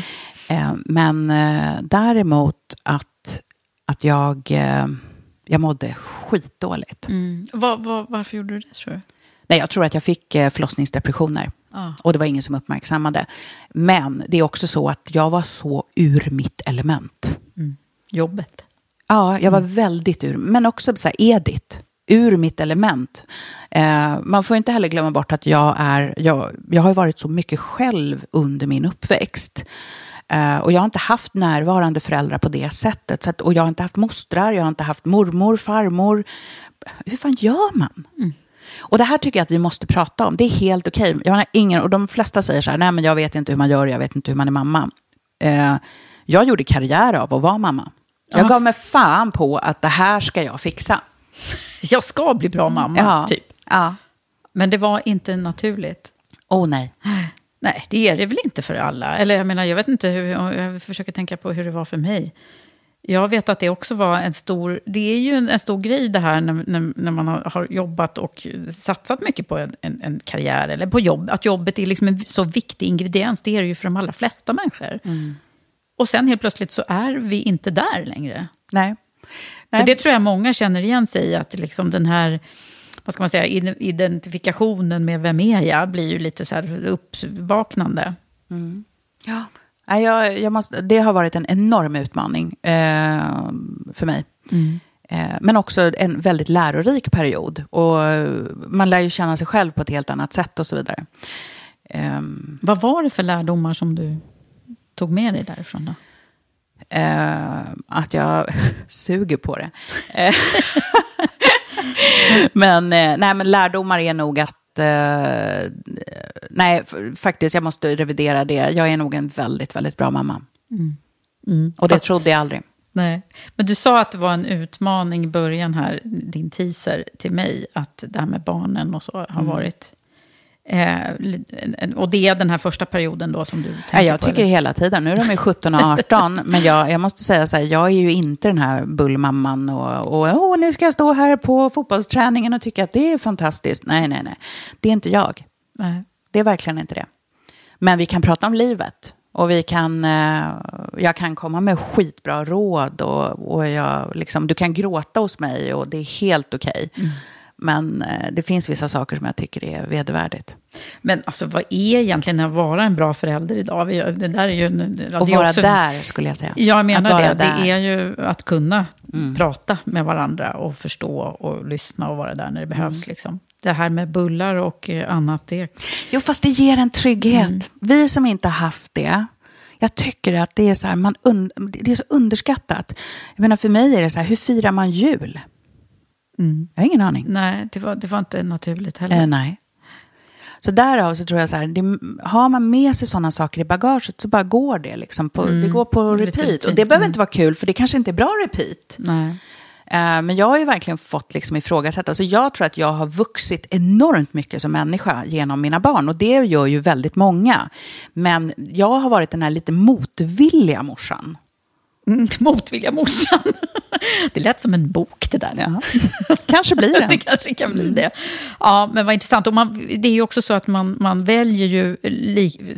Men däremot att jag mådde skitdåligt. Varför gjorde du det, tror du? Nej, jag tror att jag fick förlossningsdepressioner. Och det var ingen som uppmärksammade. Men det är också så att jag var så ur mitt element. Jobbet. Ja, jag var väldigt ur. Men också så här, Edith. Ur mitt element. Man får inte heller glömma bort att jag har varit så mycket själv under min uppväxt. Och jag har inte haft närvarande föräldrar på det sättet. Och jag har inte haft mostrar, jag har inte haft mormor, farmor. Hur fan gör man? Och det här tycker jag att vi måste prata om. Det är helt okej. Jag har ingen, och de flesta säger så här, nej men jag vet inte hur man gör, jag vet inte hur man är mamma. Jag gjorde karriär av att vara mamma. Jag gav mig fan på att det här ska jag fixa. Jag ska bli bra mamma, typ. Ja. Men det var inte naturligt. Nej. Nej, det är det väl inte för alla. Eller jag menar, jag vet inte jag försöker tänka på hur det var för mig. Jag vet att det också var det är ju en stor grej det här när man har jobbat och satsat mycket på en karriär eller på jobb. Att jobbet är liksom en så viktig ingrediens, det är det ju för de allra flesta människor. Och sen helt plötsligt så är vi inte där längre. Nej. Så det tror jag många känner igen sig i, att liksom den här, vad ska man säga, identifikationen med vem är jag blir ju lite så här uppvaknande. Ja. Det har varit en enorm utmaning för mig. Men också en väldigt lärorik period. Och man lär ju känna sig själv på ett helt annat sätt och så vidare. Vad var det för lärdomar som du tog med dig därifrån då? Att jag suger på det. Men lärdomar är nog att faktiskt jag måste revidera det. Jag är nog en väldigt, väldigt bra mamma. Och det trodde jag aldrig. Nej. Men du sa att det var en utmaning i början här, din teaser till mig, att det här med barnen och så har varit och det är den här första perioden då som du tänker på? Jag tycker hela tiden, nu är de 17 och 18 men jag måste säga så här, jag är ju inte den här bullmamman och nu ska jag stå här på fotbollsträningen och tycka att det är fantastiskt. Nej. Det är inte jag. Nej. Det är verkligen inte det. Men vi kan prata om livet. Och jag kan komma med skitbra råd och du kan gråta hos mig och det är helt okej. Men det finns vissa saker som jag tycker är vedervärdigt. Men alltså, vad är egentligen att vara en bra förälder idag? Det där är ju och vara också, där skulle jag säga. Jag menar det. Det är ju att kunna prata med varandra och förstå och lyssna och vara där när det behövs. Liksom. Det här med bullar och annat. Jo, fast det ger en trygghet. Vi som inte har haft det. Jag tycker att det är så här, det är så underskattat. Jag menar, för mig är det så här, hur firar man jul? Jag har ingen aning. Nej, det var inte naturligt heller. Nej. Så därav så tror jag så här, har man med sig sådana saker i bagaget så bara går det liksom det går på repeat. Och det behöver inte vara kul, för det kanske inte är bra repeat. Nej. Men jag har ju verkligen fått liksom ifrågasätta. Alltså jag tror att jag har vuxit enormt mycket som människa genom mina barn. Och det gör ju väldigt många. Men jag har varit den här lite motvilliga morsan. Motvilliga morsan. Det lät som en bok det där. Ja. Kanske blir det. Det kanske kan bli det. Ja, men vad intressant. Och det är ju också så att man väljer ju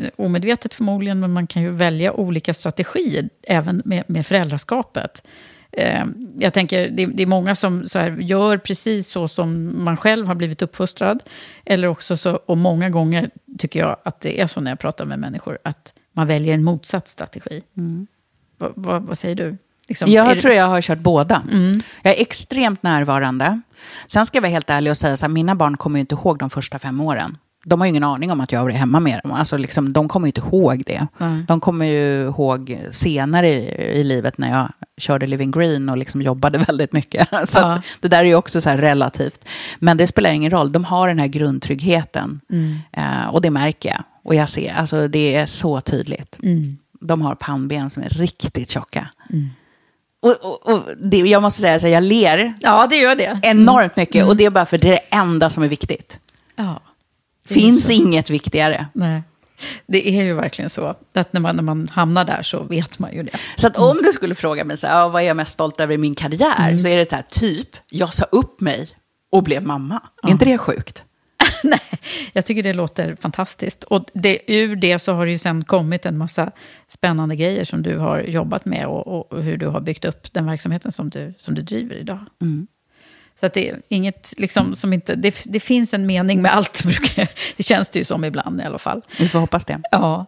omedvetet förmodligen, men man kan ju välja olika strategier även med föräldraskapet. Jag tänker, det är många som så här, gör precis så som man själv har blivit uppfostrad. Eller också så, och många gånger tycker jag att det är så när jag pratar med människor, att man väljer en motsatt strategi. Vad säger du? Liksom, jag tror jag har kört båda. Jag är extremt närvarande. Sen ska jag vara helt ärlig och säga att mina barn kommer ju inte ihåg de första 5 åren. De har ju ingen aning om att jag var hemma med dem. Alltså liksom, de kommer ju inte ihåg det. De kommer ju ihåg senare i livet när jag körde Living Green och liksom jobbade väldigt mycket. Så att det där är ju också så här relativt. Men det spelar ingen roll. De har den här grundtryggheten. Och det märker jag. Och jag ser, alltså det är så tydligt. De har pannben som är riktigt tjocka. Och det, jag måste säga så jag ler. Ja, det gör det. Enormt mycket. Och det är bara för det är det enda som är viktigt. Ja. Finns inget viktigare. Nej. Det är ju verkligen så. Att när man hamnar där så vet man ju det. Så att om du skulle fråga mig så här, vad är jag mest stolt över i min karriär? Så är det så här, typ, jag sa upp mig och blev mamma. Är inte det sjukt? Nej, jag tycker det låter fantastiskt. Och ur det så har det ju sen kommit en massa spännande grejer som du har jobbat med. Och hur du har byggt upp den verksamheten som du driver idag. Så att det är inget liksom, som inte... Det finns en mening med allt. Det känns det ju som ibland i alla fall. Vi får hoppas det. Ja.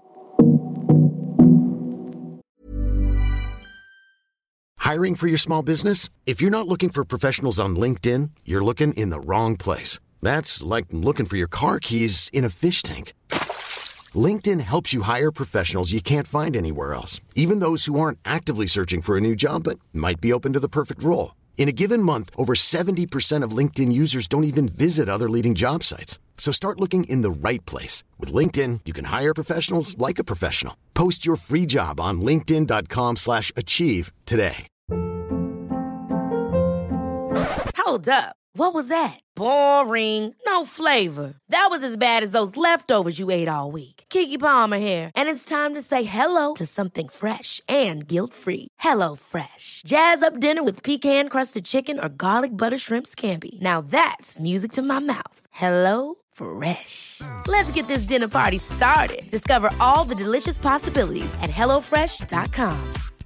Hiring for your small business? If you're not looking for professionals on LinkedIn, you're looking in the wrong place. That's like looking for your car keys in a fish tank. LinkedIn helps you hire professionals you can't find anywhere else, even those who aren't actively searching for a new job but might be open to the perfect role. In a given month, over 70% of LinkedIn users don't even visit other leading job sites. So start looking in the right place. With LinkedIn, you can hire professionals like a professional. Post your free job on linkedin.com/achieve today. Hold up. What was that? Boring. No flavor. That was as bad as those leftovers you ate all week. Keke Palmer here, and it's time to say hello to something fresh and guilt-free. Hello Fresh. Jazz up dinner with pecan-crusted chicken or garlic butter shrimp scampi. Now that's music to my mouth. Hello Fresh. Let's get this dinner party started. Discover all the delicious possibilities at hellofresh.com.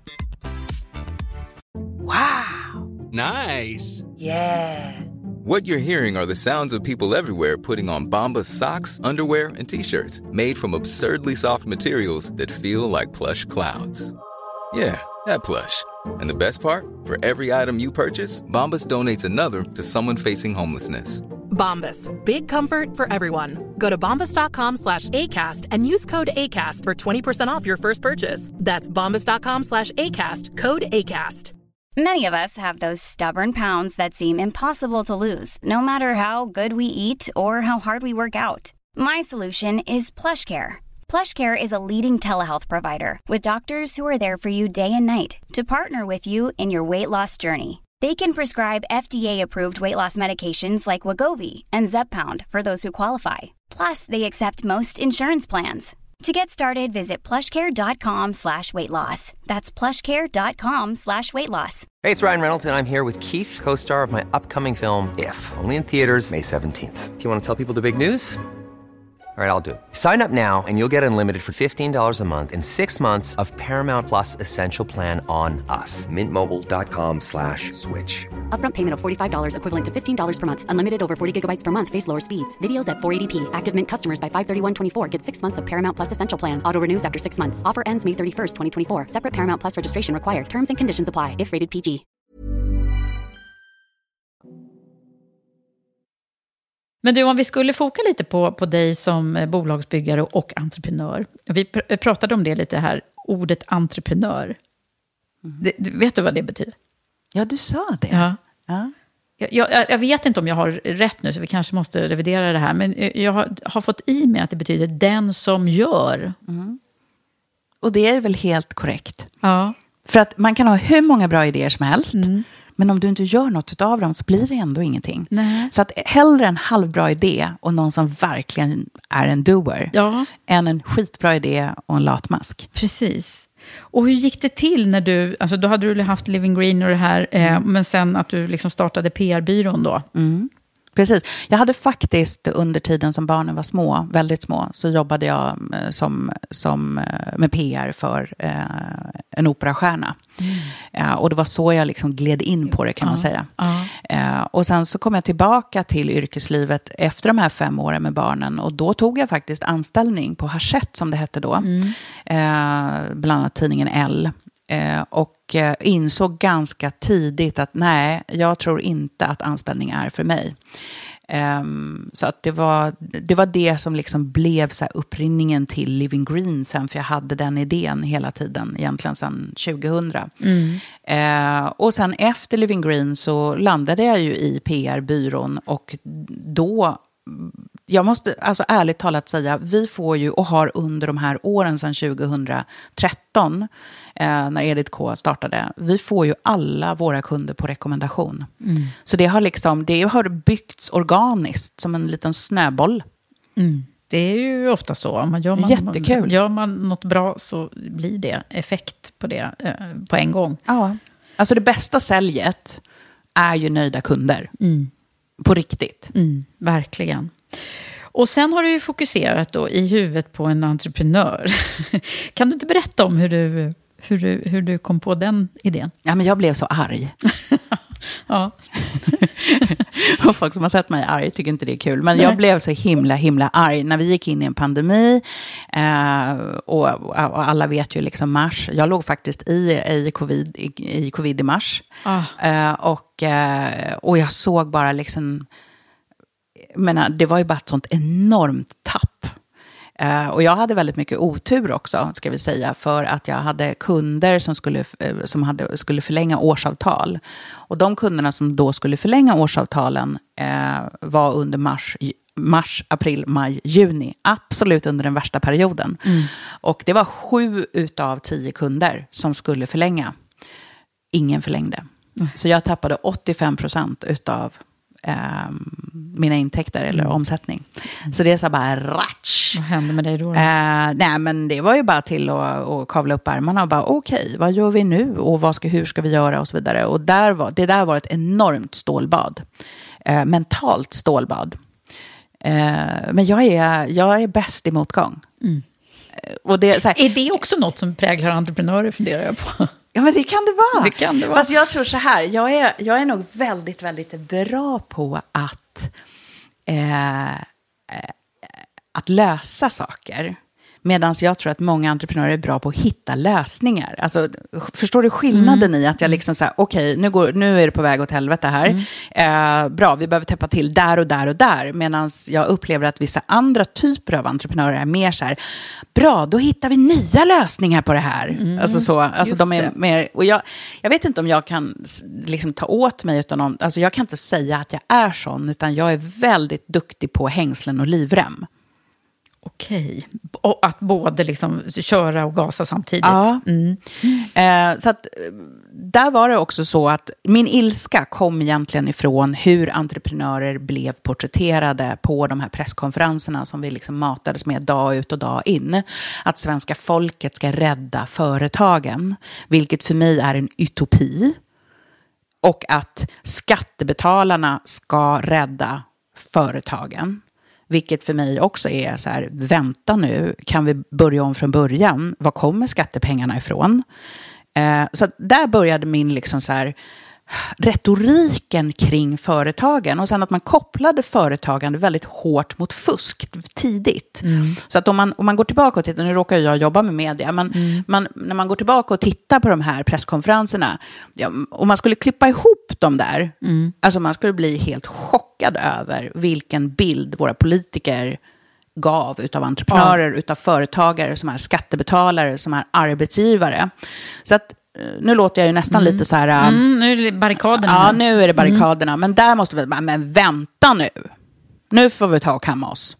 Wow. Nice. Yeah. What you're hearing are the sounds of people everywhere putting on Bombas socks, underwear, and T-shirts made from absurdly soft materials that feel like plush clouds. Yeah, that plush. And the best part? For every item you purchase, Bombas donates another to someone facing homelessness. Bombas. Big comfort for everyone. Go to bombas.com/ACAST and use code ACAST for 20% off your first purchase. That's bombas.com/ACAST. Code ACAST. Many of us have those stubborn pounds that seem impossible to lose, no matter how good we eat or how hard we work out. My solution is PlushCare. PlushCare is a leading telehealth provider with doctors who are there for you day and night to partner with you in your weight loss journey. They can prescribe FDA-approved weight loss medications like Wegovy and Zepbound for those who qualify. Plus, they accept most insurance plans. To get started, visit plushcare.com/weightloss. That's plushcare.com/weightloss. Hey, it's Ryan Reynolds, and I'm here with Keith, co-star of my upcoming film, If, only in theaters May 17th. Do you want to tell people the big news? All right, I'll do it. Sign up now and you'll get unlimited for $15 a month and 6 months of Paramount Plus Essential Plan on us. Mintmobile.com/switch. Upfront payment of $45 equivalent to $15 per month. Unlimited over 40 gigabytes per month. Face lower speeds. Videos at 480p. Active Mint customers by 531.24 get 6 months of Paramount Plus Essential Plan. Auto renews after 6 months. Offer ends May 31st, 2024. Separate Paramount Plus registration required. Terms and conditions apply if rated PG. Men du, om vi skulle foka lite på dig som bolagsbyggare och entreprenör. Vi pratade om det lite här, ordet entreprenör. Vet du vad det betyder? Ja, du sa det. Ja. Ja. Jag vet inte om jag har rätt nu, så vi kanske måste revidera det här. Men jag har fått i mig att det betyder den som gör. Mm. Och det är väl helt korrekt. Ja. För att man kan ha hur många bra idéer som helst. Men om du inte gör något av dem så blir det ändå ingenting. Nej. Så att hellre en halvbra idé och någon som verkligen är en doer. Än en skitbra idé och en latmask. Precis. Och hur gick det till när du, alltså då hade du haft Living Green och det här, men sen att du liksom startade PR-byrån då. Precis. Jag hade faktiskt under tiden som barnen var små, väldigt små, så jobbade jag med PR för en operastjärna. Och det var så jag liksom gled in på det, kan man säga. Och sen så kom jag tillbaka till yrkeslivet efter de här 5 åren med barnen. Och då tog jag faktiskt anställning på Hachette, som det hette då. Bland annat tidningen L. Och insåg ganska tidigt att nej, jag tror inte att anställning är för mig. Så att det var det som liksom blev så här upprinningen till Living Green sen, för jag hade den idén hela tiden, egentligen sedan 2000. Och sen efter Living Green så landade jag ju i PR-byrån, och då, jag måste alltså ärligt talat säga, vi får ju och har under de här åren sedan 2013, när Edith K startade, vi får ju alla våra kunder på rekommendation. Så det har byggts organiskt som en liten snöboll. Det är ju ofta så. Jättekul. Gör man något bra så blir det effekt på det på en gång. Ja. Alltså det bästa säljet är ju nöjda kunder. På riktigt. Verkligen. Och sen har du ju fokuserat då i huvudet på en entreprenör. Kan du inte berätta om hur du kom på den idén? Ja, men jag blev så arg. Ja. Och folk som har sett mig arg tycker inte det är kul. Men jag blev så himla arg när vi gick in i en pandemi. Och alla vet ju liksom mars. Jag låg faktiskt i covid i mars. Och jag såg bara liksom... Men det var ju bara ett sånt enormt tapp. Och jag hade väldigt mycket otur också, ska vi säga, för att jag hade kunder som skulle förlänga årsavtal. Och de kunderna som då skulle förlänga årsavtalen var under mars, april, maj, juni. Absolut under den värsta perioden. Och det var 7 utav 10 kunder som skulle förlänga. Ingen förlängde. Så jag tappade 85% utav mina intäkter eller omsättning. Så det är så bara ratsch. Vad hände med dig då? Nej, men det var ju bara till att kavla upp ärmarna och bara okej, vad gör vi nu? Och hur ska vi göra? Och så vidare. Och det där var ett enormt stålbad. Mentalt stålbad. Men jag är bäst i motgång. Och det, så här, är det också något som präglar entreprenörer, funderar jag på? Ja, men det kan det vara. Det kan det vara. Fast jag tror så här, jag är nog väldigt, väldigt bra på att lösa saker. Medan jag tror att många entreprenörer är bra på att hitta lösningar. Alltså, förstår du skillnaden i att jag liksom säger, okej, nu är det på väg åt helvete här. Bra, vi behöver täppa till där och där och där. Medan jag upplever att vissa andra typer av entreprenörer är mer så här, bra, då hittar vi nya lösningar på det här. Alltså de är mer, och jag vet inte om jag kan liksom ta åt mig utan någon, alltså jag kan inte säga att jag är sån, utan jag är väldigt duktig på hängslen och livrem. Okej. Och att både liksom köra och gasa samtidigt. Ja. Så att där var det också så att min ilska kom egentligen ifrån hur entreprenörer blev porträtterade på de här presskonferenserna som vi liksom matades med dag ut och dag in. Att svenska folket ska rädda företagen, vilket för mig är en utopi. Och att skattebetalarna ska rädda företagen. Vilket för mig också är så här, vänta nu, kan vi börja om från början? Var kommer skattepengarna ifrån? Så där började min liksom så här, retoriken kring företagen. Och sen att man kopplade företagande väldigt hårt mot fusk tidigt. Så att om man går tillbaka och tittar, nu råkar jag jobba med media, men när man går tillbaka och tittar på de här presskonferenserna, och man skulle klippa ihop dem där, alltså man skulle bli helt chockad över vilken bild våra politiker gav utav entreprenörer, utav företagare som är skattebetalare, som är arbetsgivare. Så att nu låter jag ju nästan lite så här... nu är det barrikaderna. Ja, nu är det barrikaderna. Men där måste vi... Men vänta nu. Nu får vi ta och kamma oss.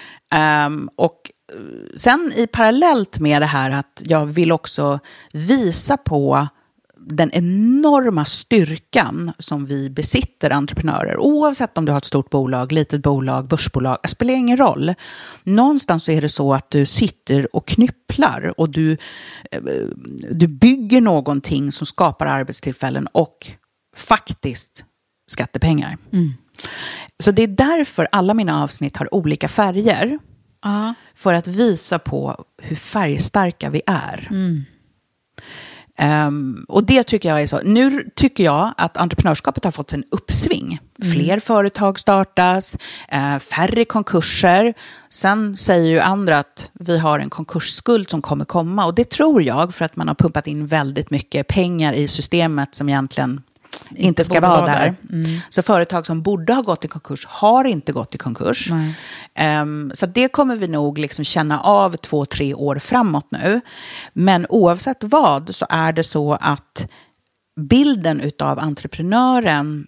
Och sen i parallellt med det här att jag vill också visa på den enorma styrkan som vi besitter entreprenörer. Oavsett om du har ett stort bolag, litet bolag, börsbolag. Det spelar ingen roll. Någonstans så är det så att du sitter och knypplar. Och du bygger någonting som skapar arbetstillfällen och faktiskt skattepengar. Så det är därför alla mina avsnitt har olika färger. För att visa på hur färgstarka vi är. Och det tycker jag är så. Nu tycker jag att entreprenörskapet har fått en uppsving. Fler företag startas, färre konkurser. Sen säger ju andra att vi har en konkursskuld som kommer komma. Och det tror jag för att man har pumpat in väldigt mycket pengar i systemet som egentligen inte ska vara där. Så företag som borde ha gått i konkurs har inte gått i konkurs. Så det kommer vi nog liksom känna av 2-3 år framåt nu. Men oavsett vad så är det så att bilden utav entreprenören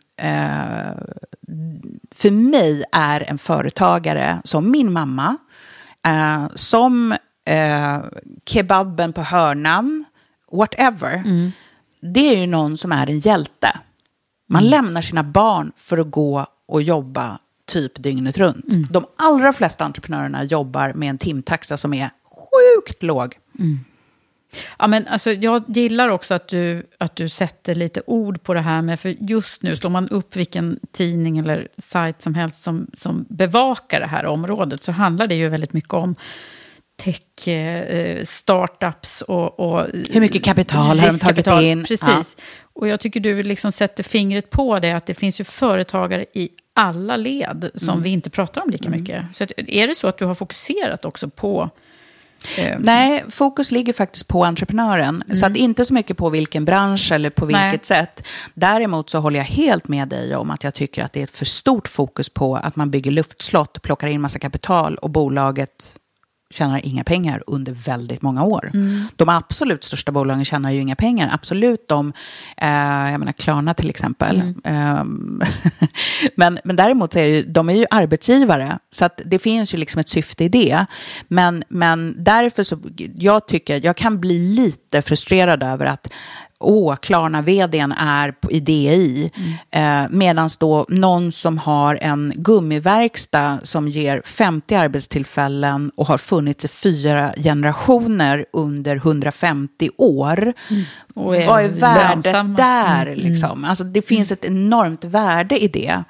för mig är en företagare som min mamma, som kebaben på hörnan, whatever. Det är ju någon som är en hjälte. Man lämnar sina barn för att gå och jobba typ dygnet runt. De allra flesta entreprenörerna jobbar med en timtaxa som är sjukt låg. Ja, men alltså, jag gillar också att du sätter lite ord på det här med, för just nu slår man upp vilken tidning eller sajt som helst som bevakar det här området, så handlar det ju väldigt mycket om tech, startups och hur mycket kapital har de tagit in? Precis. Ja. Och jag tycker du liksom sätter fingret på det, att det finns ju företagare i alla led som vi inte pratar om lika mycket. Så är det så att du har fokuserat också på... Nej, fokus ligger faktiskt på entreprenören. Så att inte så mycket på vilken bransch eller på vilket sätt. Däremot så håller jag helt med dig om att jag tycker att det är ett för stort fokus på att man bygger luftslott, plockar in massa kapital och bolaget tjänar inga pengar under väldigt många år. De absolut största bolagen tjänar ju inga pengar. Absolut jag menar Klarna till exempel. Men däremot så är det, de är ju arbetsgivare. Så att det finns ju liksom ett syfte i det. Men därför så, jag kan bli lite frustrerad över att Klarna-vdn är i DI. Medan då någon som har en gummiverkstad som ger 50 arbetstillfällen och har funnits i 4 generationer under 150 år. Och vad är värdet där? Liksom? Alltså, det finns ett enormt värde i det.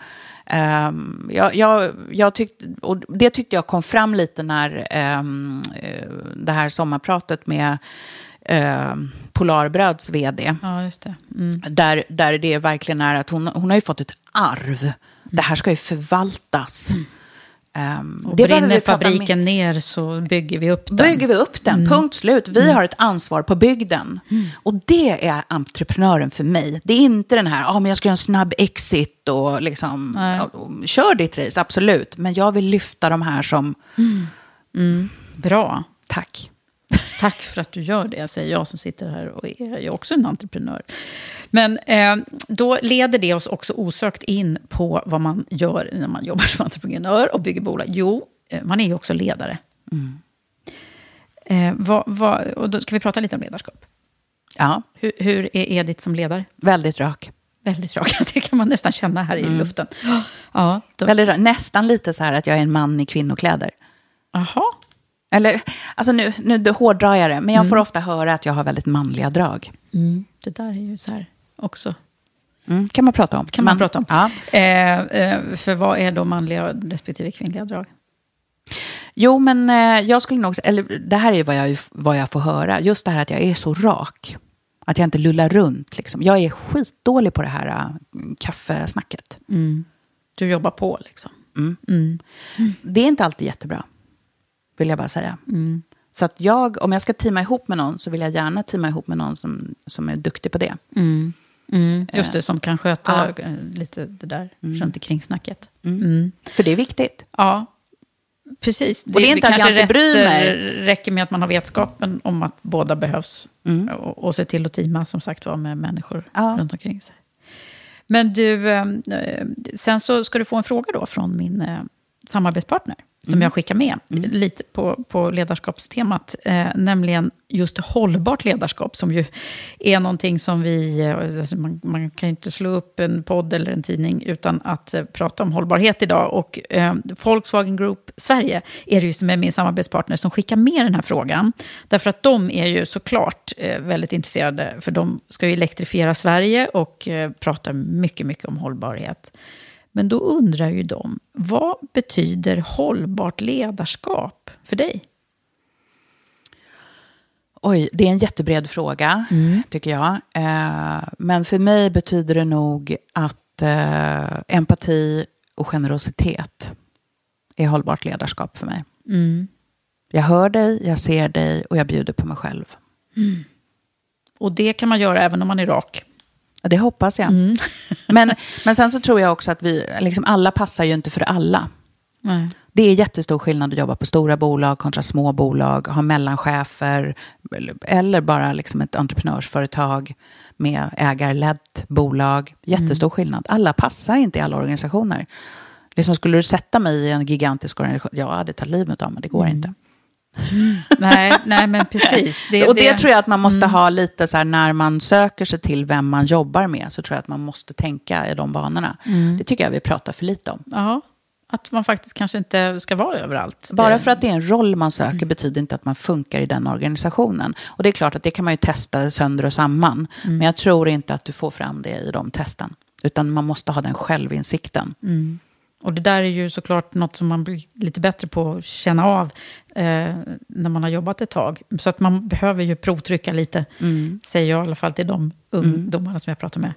Jag tyckte, och det tyckte jag kom fram lite när det här sommarpratet med Polarbröds vd. Ja, just det. Där det verkligen är att hon har ju fått ett arv. Det här ska ju förvaltas. Och brinner fabriken ner så bygger vi upp den. Punkt slut. Vi har ett ansvar på bygden. Och det är entreprenören för mig. Det är inte den här, men jag ska göra en snabb exit och liksom, kör ditt race, absolut. Men jag vill lyfta de här som... Bra. Tack. Tack för att du gör det, säger jag som sitter här och är också en entreprenör. Men då leder det oss också osökt in på vad man gör när man jobbar som entreprenör och bygger bolag. Jo, man är ju också ledare. Och då ska vi prata lite om ledarskap. Ja. Hur är Edith som ledare? Väldigt rak. Väldigt rak, det kan man nästan känna här i luften. Ja, väldigt rak. Nästan lite så här att jag är en man i kvinnokläder. Jaha. Eller, alltså nu hårdrar jag det, men jag får ofta höra att jag har väldigt manliga drag. Det där är ju så här också. Kan man prata om. Ja. För vad är då manliga respektive kvinnliga drag? Jo, men jag skulle nog... Eller, det här är vad jag får höra. Just det här att jag är så rak. Att jag inte lullar runt. Liksom. Jag är skitdålig på det här kaffesnacket. Du jobbar på liksom. Det är inte alltid jättebra. Vill jag bara säga. Så att om jag ska teama ihop med någon så vill jag gärna teama ihop med någon som är duktig på det. Just det, som kan sköta lite det där runt omkring snacket. För det är viktigt. Ja, precis. Och det är inte att jag inte bryr mig. Räcker med att man har vetskapen om att båda behövs. Och se till att teama, som sagt, var med människor runt omkring sig. Men du, sen så ska du få en fråga då från min samarbetspartner. Som jag skickar med lite på ledarskapstemat. Nämligen just hållbart ledarskap. Som ju är någonting som alltså man kan ju inte slå upp en podd eller en tidning utan att prata om hållbarhet idag. Och Volkswagen Group Sverige är det ju som är min samarbetspartner som skickar med den här frågan. Därför att de är ju såklart väldigt intresserade. För de ska ju elektrifiera Sverige och prata mycket, mycket om hållbarhet. Men då undrar ju de, vad betyder hållbart ledarskap för dig? Oj, det är en jättebred fråga, tycker jag. Men för mig betyder det nog att empati och generositet är hållbart ledarskap för mig. Jag hör dig, jag ser dig och jag bjuder på mig själv. Och det kan man göra även om man är rak. Det hoppas jag. Men sen så tror jag också att vi, liksom, alla passar ju inte för alla. Nej. Det är jättestor skillnad att jobba på stora bolag kontra små bolag, ha mellanchefer eller bara liksom ett entreprenörsföretag med ägarlett bolag. Jättestor skillnad. Alla passar inte i alla organisationer. Liksom, skulle du sätta mig i en gigantisk organisation, jag hade tagit livet av mig, det går inte. Nej, men precis. Det tror jag att man måste ha lite så här, när man söker sig till vem man jobbar med, så tror jag att man måste tänka i de banorna. Det tycker jag vi pratar för lite om. Ja, att man faktiskt kanske inte ska vara överallt. Bara för att det är en roll man söker betyder inte att man funkar i den organisationen. Och det är klart att det kan man ju testa sönder och samman. Men jag tror inte att du får fram det i de testen. Utan man måste ha den självinsikten. Och det där är ju såklart något som man blir lite bättre på att känna av när man har jobbat ett tag. Så att man behöver ju provtrycka lite, säger jag i alla fall till de ungdomarna som jag pratar med.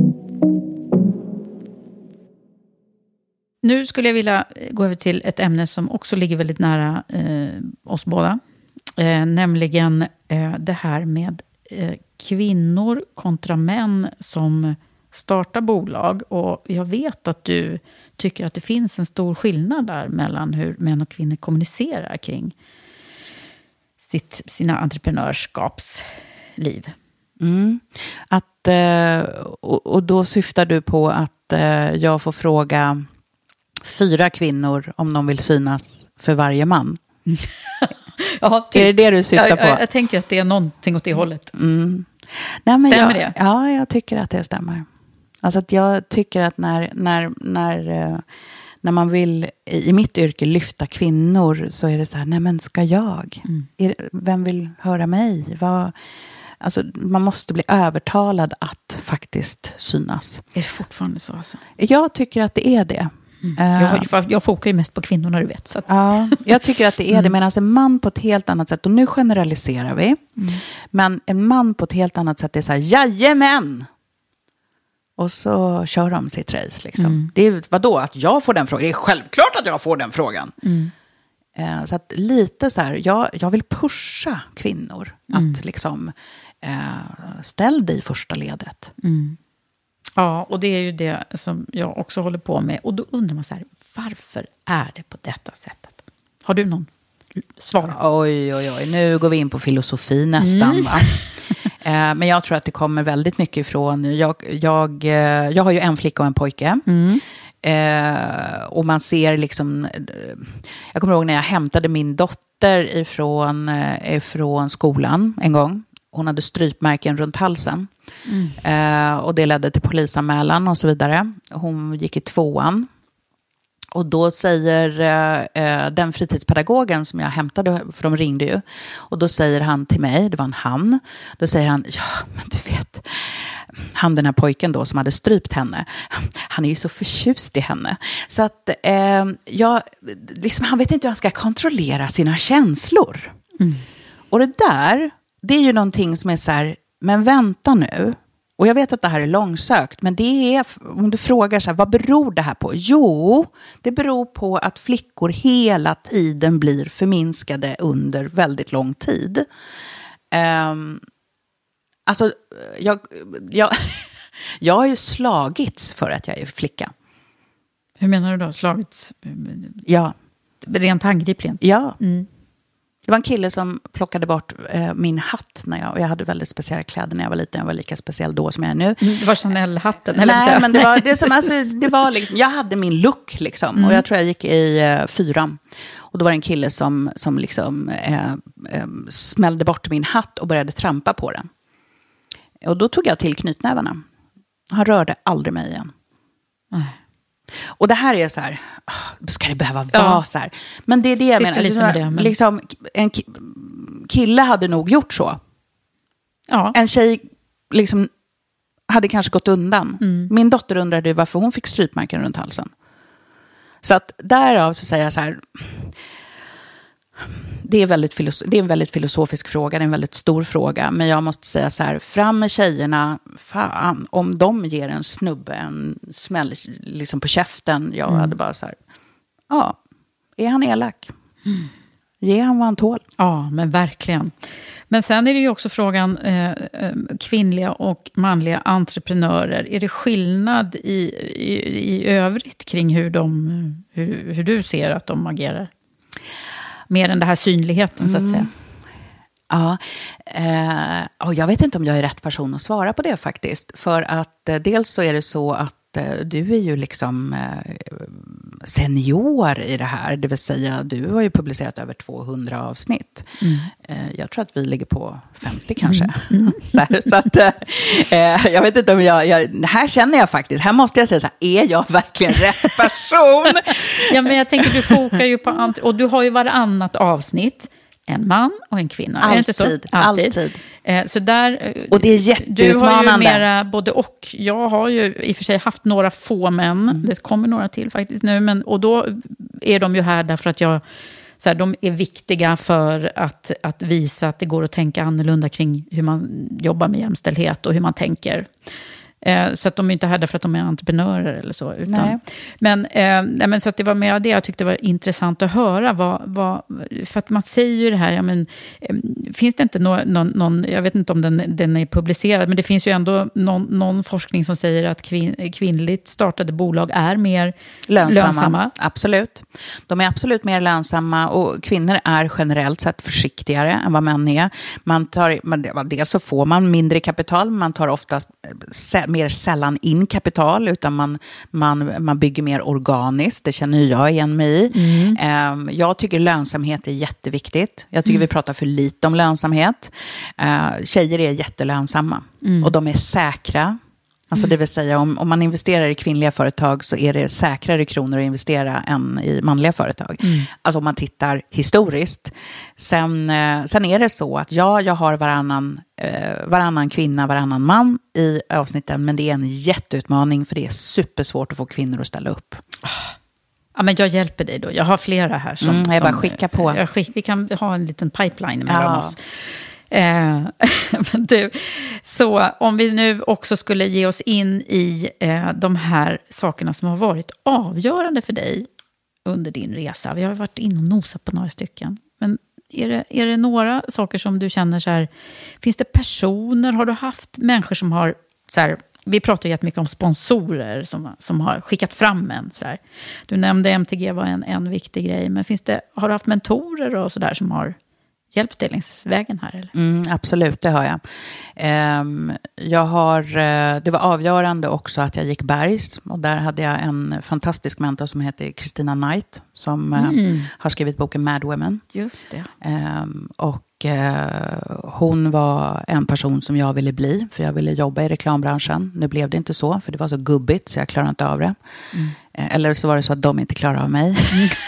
Nu skulle jag vilja gå över till ett ämne som också ligger väldigt nära oss båda. Nämligen det här med kvinnor kontra män som startar bolag. Och jag vet att du tycker att det finns en stor skillnad där mellan hur män och kvinnor kommunicerar kring sina entreprenörskapsliv. Och då syftar du på att jag får fråga 4 kvinnor om de vill synas för varje man. Ja, är det du syftar på? Jag tänker att det är någonting åt det hållet. Nej, men stämmer det? Ja, jag tycker att det stämmer. Alltså att jag tycker att när man vill i mitt yrke lyfta kvinnor, så är det så här, nej men ska jag? Vem vill höra mig? Alltså, man måste bli övertalad att faktiskt synas. Är det fortfarande så? Alltså? Jag tycker att det är det. Jag fokar ju mest på kvinnor, du vet. Så att... Ja, jag tycker att det är det. Men alltså en man på ett helt annat sätt, och nu generaliserar vi. Men en man på ett helt annat sätt är så här, jajamän! Och så kör de sitt race. Liksom. Det är vadå att jag får den frågan? Det är självklart att jag får den frågan. Så att lite så här, jag vill pusha kvinnor. Att liksom, ställ dig i första ledet. Ja, och det är ju det som jag också håller på med. Och då undrar man så här, varför är det på detta sättet? Har du någon svar? Oj, nu går vi in på filosofi nästan, va? Men jag tror att det kommer väldigt mycket ifrån. Jag har ju en flicka och en pojke. Och man ser liksom, jag kommer ihåg när jag hämtade min dotter ifrån skolan en gång. Hon hade strypmärken runt halsen. Och det ledde till polisanmälan och så vidare. Hon gick i 2:an. Och då säger den fritidspedagogen som jag hämtade, för de ringde ju. Och då säger han till mig, det var en han. Då säger han, ja men du vet, han den här pojken då som hade strypt henne. Han är ju så förtjust i henne. Så att liksom, han vet inte hur han ska kontrollera sina känslor. Och det där, det är ju någonting som är så här, men vänta nu. Och jag vet att det här är långsökt, men det är, om du frågar så här, vad beror det här på? Jo, det beror på att flickor hela tiden blir förminskade under väldigt lång tid. Alltså, jag har ju slagits för att jag är flicka. Hur menar du då? Slagits? Ja. Rent handgripligen? Ja. Det var en kille som plockade bort min hatt och jag hade väldigt speciella kläder när jag var liten. Jag var lika speciell då som jag är nu. Det var Chanel-hatten? Nej, men det var liksom, jag hade min look liksom. Och jag tror jag gick i 4:an. Och då var det en kille som liksom smällde bort min hatt och började trampa på den. Och då tog jag till knytnävarna. Han rörde aldrig mig igen. Nej. Och det här är så här, ska det behöva vara så här? Men det är det jag menar. Liksom, en kille hade nog gjort så. Ja. En tjej liksom hade kanske gått undan. Min dotter undrade varför hon fick strypmärken runt halsen. Så att därav så säger jag så här, det är en väldigt filosofisk fråga, det är en väldigt stor fråga. Men jag måste säga så här, fram med tjejerna, fan, om de ger en snubbe en smäll liksom på käften, jag hade bara så här, ja, är han elak? Ge han vad han tål. Ja, men verkligen. Men sen är det ju också frågan kvinnliga och manliga entreprenörer. Är det skillnad i övrigt kring hur du ser att de agerar? Mer än det här synligheten, så att säga. Ja, och jag vet inte om jag är rätt person att svara på det faktiskt. För att dels så är det så att du är ju liksom senior i det här. Det vill säga, du har ju publicerat över 200 avsnitt. Jag tror att vi ligger på 50 kanske. Så att, jag vet inte om här känner jag faktiskt, här måste jag säga så här, är jag verkligen rätt person? Ja, men jag tänker, du fokar ju på och du har ju varannat avsnitt. En man och en kvinna. Alltid, är det inte så? Alltid. Så där, och det är jätteutmanande. Du har ju mera både och. Jag har ju i och för sig haft några få män. Det kommer några till faktiskt nu. Och då är de ju här därför att de är viktiga för att visa att det går att tänka annorlunda kring hur man jobbar med jämställdhet och hur man tänker. Så att de är inte här därför att de är entreprenörer eller så. Utan, men så att det var mer det jag tyckte var intressant att höra. För att man säger ju det här, finns det inte någon, jag vet inte om den är publicerad, men det finns ju ändå någon forskning som säger att kvinnligt startade bolag är mer lönsamma. Absolut. De är absolut mer lönsamma, och kvinnor är generellt sett försiktigare än vad män är. Dels så får man mindre kapital, man tar oftast mer sällan in kapital, utan man bygger mer organiskt. Det känner jag igen mig i. Jag tycker lönsamhet är jätteviktigt. Jag tycker vi pratar för lite om lönsamhet. Tjejer är jättelönsamma och de är säkra. Alltså det vill säga, om man investerar i kvinnliga företag så är det säkrare kronor att investera än i manliga företag. Alltså om man tittar historiskt. Sen är det så att jag har varannan kvinna, varannan man i avsnitten, men det är en jätteutmaning, för det är supersvårt att få kvinnor att ställa upp. Ja, men jag hjälper dig då. Jag har flera här som... jag bara skickar på. Vi kan ha en liten pipeline mellan oss. Så om vi nu också skulle ge oss in i de här sakerna som har varit avgörande för dig under din resa. Vi har varit in och nosat på några stycken. Men är det några saker som du känner så här, finns det personer, har du haft människor som har så här, vi pratar ju jättemycket om sponsorer som har skickat fram en så här. Du nämnde MTG var en viktig grej, men har du haft mentorer och så där som har hjälpt dig längs vägen här? Eller? Absolut, det har jag. Det var avgörande också att jag gick Bergs, och där hade jag en fantastisk mentor som heter Christina Knight, som har skrivit boken Mad Women. Just det. Och hon var en person som jag ville bli, för jag ville jobba i reklambranschen. Nu blev det inte så, för det var så gubbigt så jag klarade inte av det. Eller så var det så att de inte klarade av mig.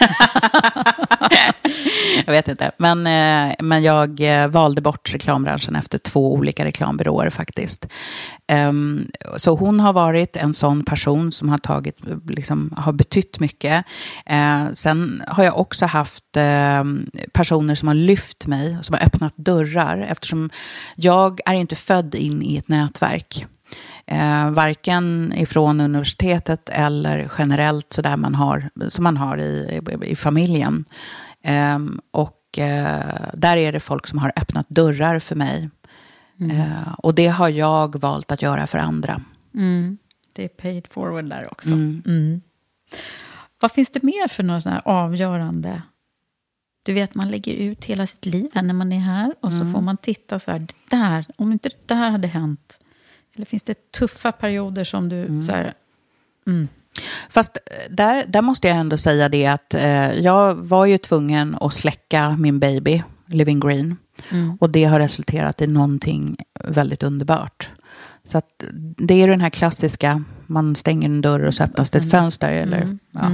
Jag vet inte. Men jag valde bort reklambranschen efter 2 olika reklambyråer faktiskt. Så hon har varit en sån person som har betytt mycket. Sen har jag också haft personer som har lyft mig, som har öppnat dörrar, eftersom jag är inte född in i ett nätverk. Varken ifrån universitetet eller generellt så där som man har i familjen. Och där är det folk som har öppnat dörrar för mig. Och det har jag valt att göra för andra. Det är paid forward där också. Vad finns det mer för några sådana här avgörande? Du vet, man lägger ut hela sitt liv här när man är här. Och så får man titta så här, om inte det här hade hänt. Eller finns det tuffa perioder som du så här... Fast där måste jag ändå säga det att jag var ju tvungen att släcka min baby, Living Green. Och det har resulterat i någonting väldigt underbart. Så att det är den här klassiska, man stänger en dörr och så öppnas det ett fönster. Eller,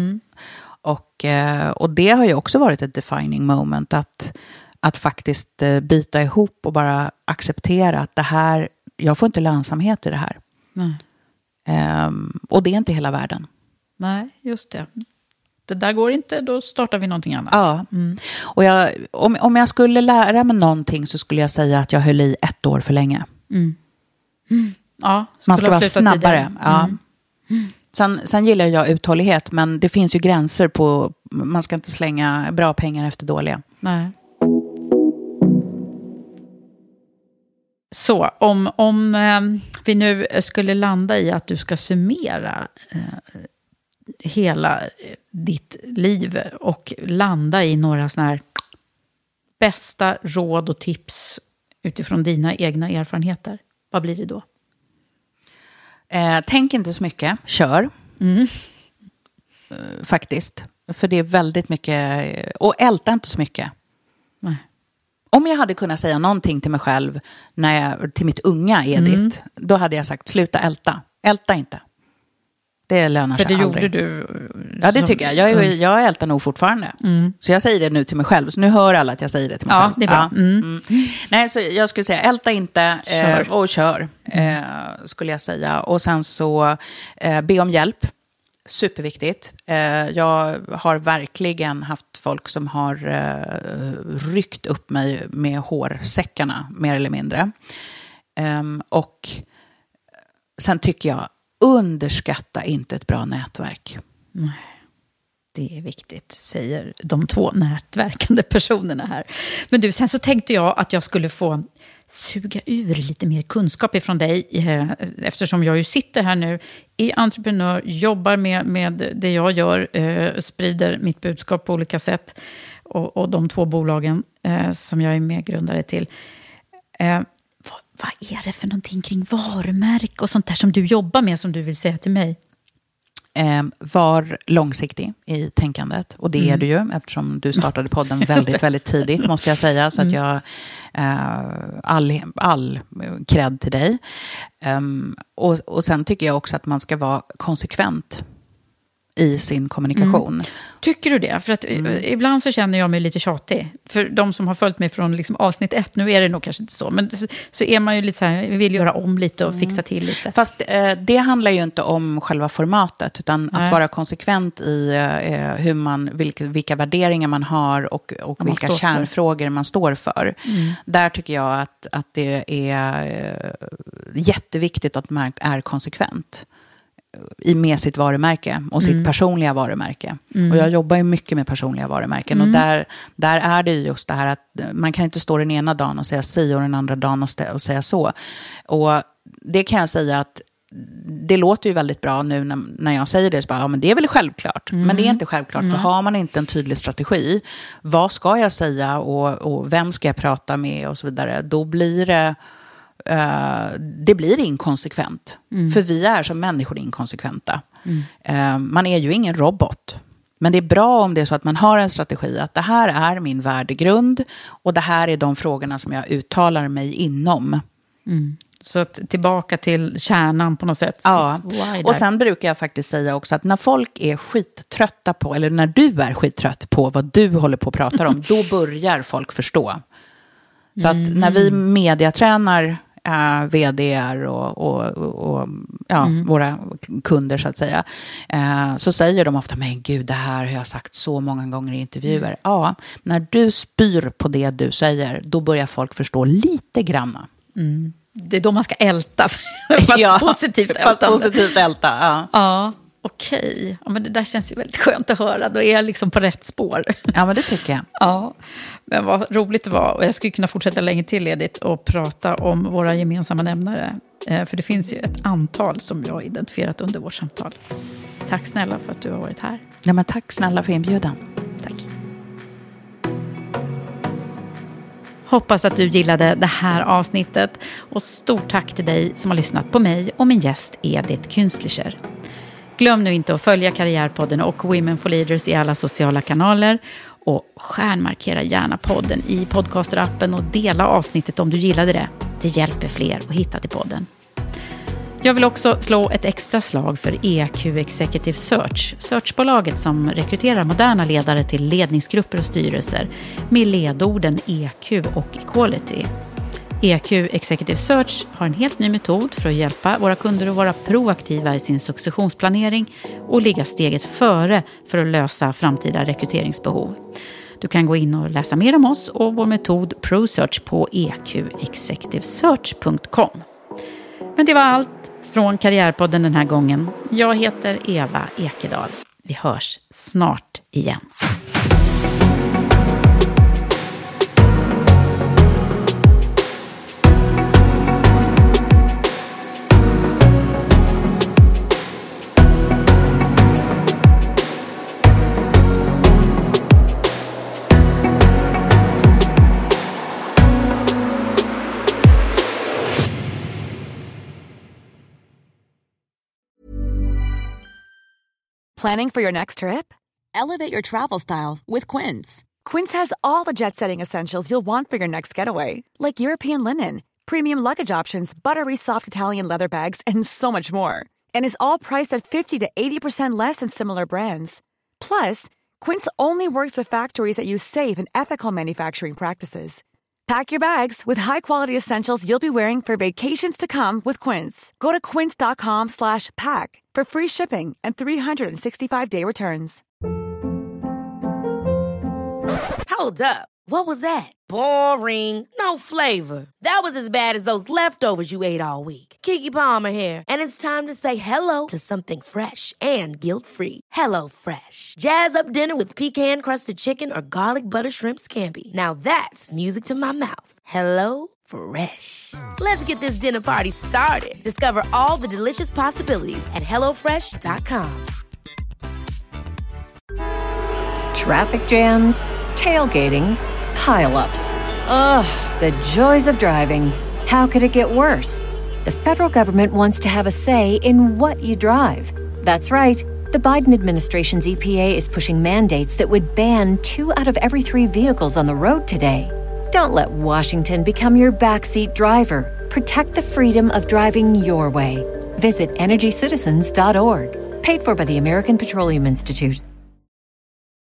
Och det har ju också varit ett defining moment, att faktiskt bita ihop och bara acceptera att det här, jag får inte lönsamhet i det här. Nej. Och det är inte hela världen. Nej, just det. Det där går inte, då startar vi någonting annat. Ja. Och om jag skulle lära mig någonting så skulle jag säga att jag höll i 1 år för länge. Ja, man ska vara snabbare. Ja. Sen gillar jag uthållighet, men det finns ju gränser på, man ska inte slänga bra pengar efter dåliga. Nej. Så om vi nu skulle landa i att du ska summera hela ditt liv och landa i några såna här bästa råd och tips utifrån dina egna erfarenheter, vad blir det då? Tänk inte så mycket, kör. Faktiskt. För det är väldigt mycket, och älta inte så mycket. Nej. Om jag hade kunnat säga någonting till mig själv till mitt unga Edith, då hade jag sagt sluta älta. Älta inte. Det lönar sig aldrig. För det gjorde du? Ja, det tycker jag. Jag ältar nog fortfarande. Så jag säger det nu till mig själv. Så nu hör alla att jag säger det till mig själv. Ja, det är bra. Nej, så jag skulle säga älta inte och kör. Skulle jag säga. Och sen så be om hjälp. Superviktigt. Jag har verkligen haft folk som har ryckt upp mig med hårsäckarna, mer eller mindre. Och sen tycker jag, underskatta inte ett bra nätverk. Nej, det är viktigt, säger de 2 nätverkande personerna här. Men du, sen så tänkte jag att jag skulle få suga ur lite mer kunskap ifrån dig, eftersom jag ju sitter här nu, är entreprenör, jobbar med det jag gör, sprider mitt budskap på olika sätt, och de 2 bolagen som jag är medgrundare till. Vad är det för någonting kring varumärke och sånt där som du jobbar med, som du vill säga till mig? Var långsiktig i tänkandet. Och det är du ju, eftersom du startade podden väldigt, väldigt tidigt, måste jag säga. Så att jag all cred till dig. Och sen tycker jag också att man ska vara konsekvent i sin kommunikation. Tycker du det? För att ibland så känner jag mig lite tjatig. För de som har följt mig från liksom avsnitt 1, nu är det nog kanske inte så, men så är man ju lite så här, vill göra om lite och fixa till lite. Fast det handlar ju inte om själva formatet, utan att vara konsekvent i hur man, vilka värderingar man har och vilka kärnfrågor man står för. Där tycker jag att det är jätteviktigt att man är konsekvent med sitt varumärke och sitt personliga varumärke. Och jag jobbar ju mycket med personliga varumärken. Och där är det just det här att man kan inte stå den ena dagen och säga si och den andra dagen och säga så. Och det kan jag säga att det låter ju väldigt bra nu när jag säger det. Så bara, ja, men det är väl självklart. Men det är inte självklart. För har man inte en tydlig strategi, vad ska jag säga och vem ska jag prata med och så vidare, då blir det blir inkonsekvent. För vi är som människor inkonsekventa. Man är ju ingen robot. Men det är bra om det är så att man har en strategi, att det här är min värdegrund och det här är de frågorna som jag uttalar mig inom. Så att tillbaka till kärnan på något sätt. Ja, och sen brukar jag faktiskt säga också att när folk är skittrötta på, eller när du är skittrött på vad du håller på att prata om, då börjar folk förstå. Så att när vi mediatränar vd:ar och våra kunder så att säga, så säger de ofta, men gud, det här har jag sagt så många gånger i intervjuer. Ja, när du spyr på det du säger, då börjar folk förstå lite granna. Det är då man ska älta. Fast positivt älta. Fast positivt älta, ja. Okej. Ja, men det där känns ju väldigt skönt att höra. Då är jag liksom på rätt spår. Ja, men det tycker jag. Ja, men vad roligt det var. Och jag skulle kunna fortsätta länge till, Edith, och prata om våra gemensamma nämnare. För det finns ju ett antal som jag har identifierat under vårt samtal. Tack snälla för att du har varit här. Ja, men tack snälla för inbjudan. Tack. Hoppas att du gillade det här avsnittet. Och stort tack till dig som har lyssnat på mig och min gäst Edith Künstlicher. Glöm nu inte att följa Karriärpodden och Women for Leaders i alla sociala kanaler. Och stjärnmarkera gärna podden i podcasterappen och dela avsnittet om du gillade det. Det hjälper fler att hitta till podden. Jag vill också slå ett extra slag för EQ Executive Search. Searchbolaget som rekryterar moderna ledare till ledningsgrupper och styrelser med ledorden EQ och Equality. EQ Executive Search har en helt ny metod för att hjälpa våra kunder att vara proaktiva i sin successionsplanering och ligga steget före för att lösa framtida rekryteringsbehov. Du kan gå in och läsa mer om oss och vår metod ProSearch på eqexecutivesearch.com. Men det var allt från Karriärpodden den här gången. Jag heter Eva Ekedal. Vi hörs snart igen. Planning for your next trip? Elevate your travel style with Quince. Quince has all the jet-setting essentials you'll want for your next getaway, like European linen, premium luggage options, buttery soft Italian leather bags, and so much more. And is all priced at 50 to 80% less than similar brands. Plus, Quince only works with factories that use safe and ethical manufacturing practices. Pack your bags with high-quality essentials you'll be wearing for vacations to come with Quince. Go to quince.com/pack for free shipping and 365-day returns. Hold up. What was that? Boring. No flavor. That was as bad as those leftovers you ate all week. Keke Palmer here, and it's time to say hello to something fresh and guilt-free. Hello Fresh. Jazz up dinner with pecan-crusted chicken or garlic butter shrimp scampi. Now that's music to my mouth. Hello Fresh. Let's get this dinner party started. Discover all the delicious possibilities at hellofresh.com. Traffic jams, tailgating, pile-ups. Ugh, the joys of driving. How could it get worse? The federal government wants to have a say in what you drive. That's right. The Biden administration's EPA is pushing mandates that would ban 2 out of every 3 vehicles on the road today. Don't let Washington become your backseat driver. Protect the freedom of driving your way. Visit EnergyCitizens.org. Paid for by the American Petroleum Institute.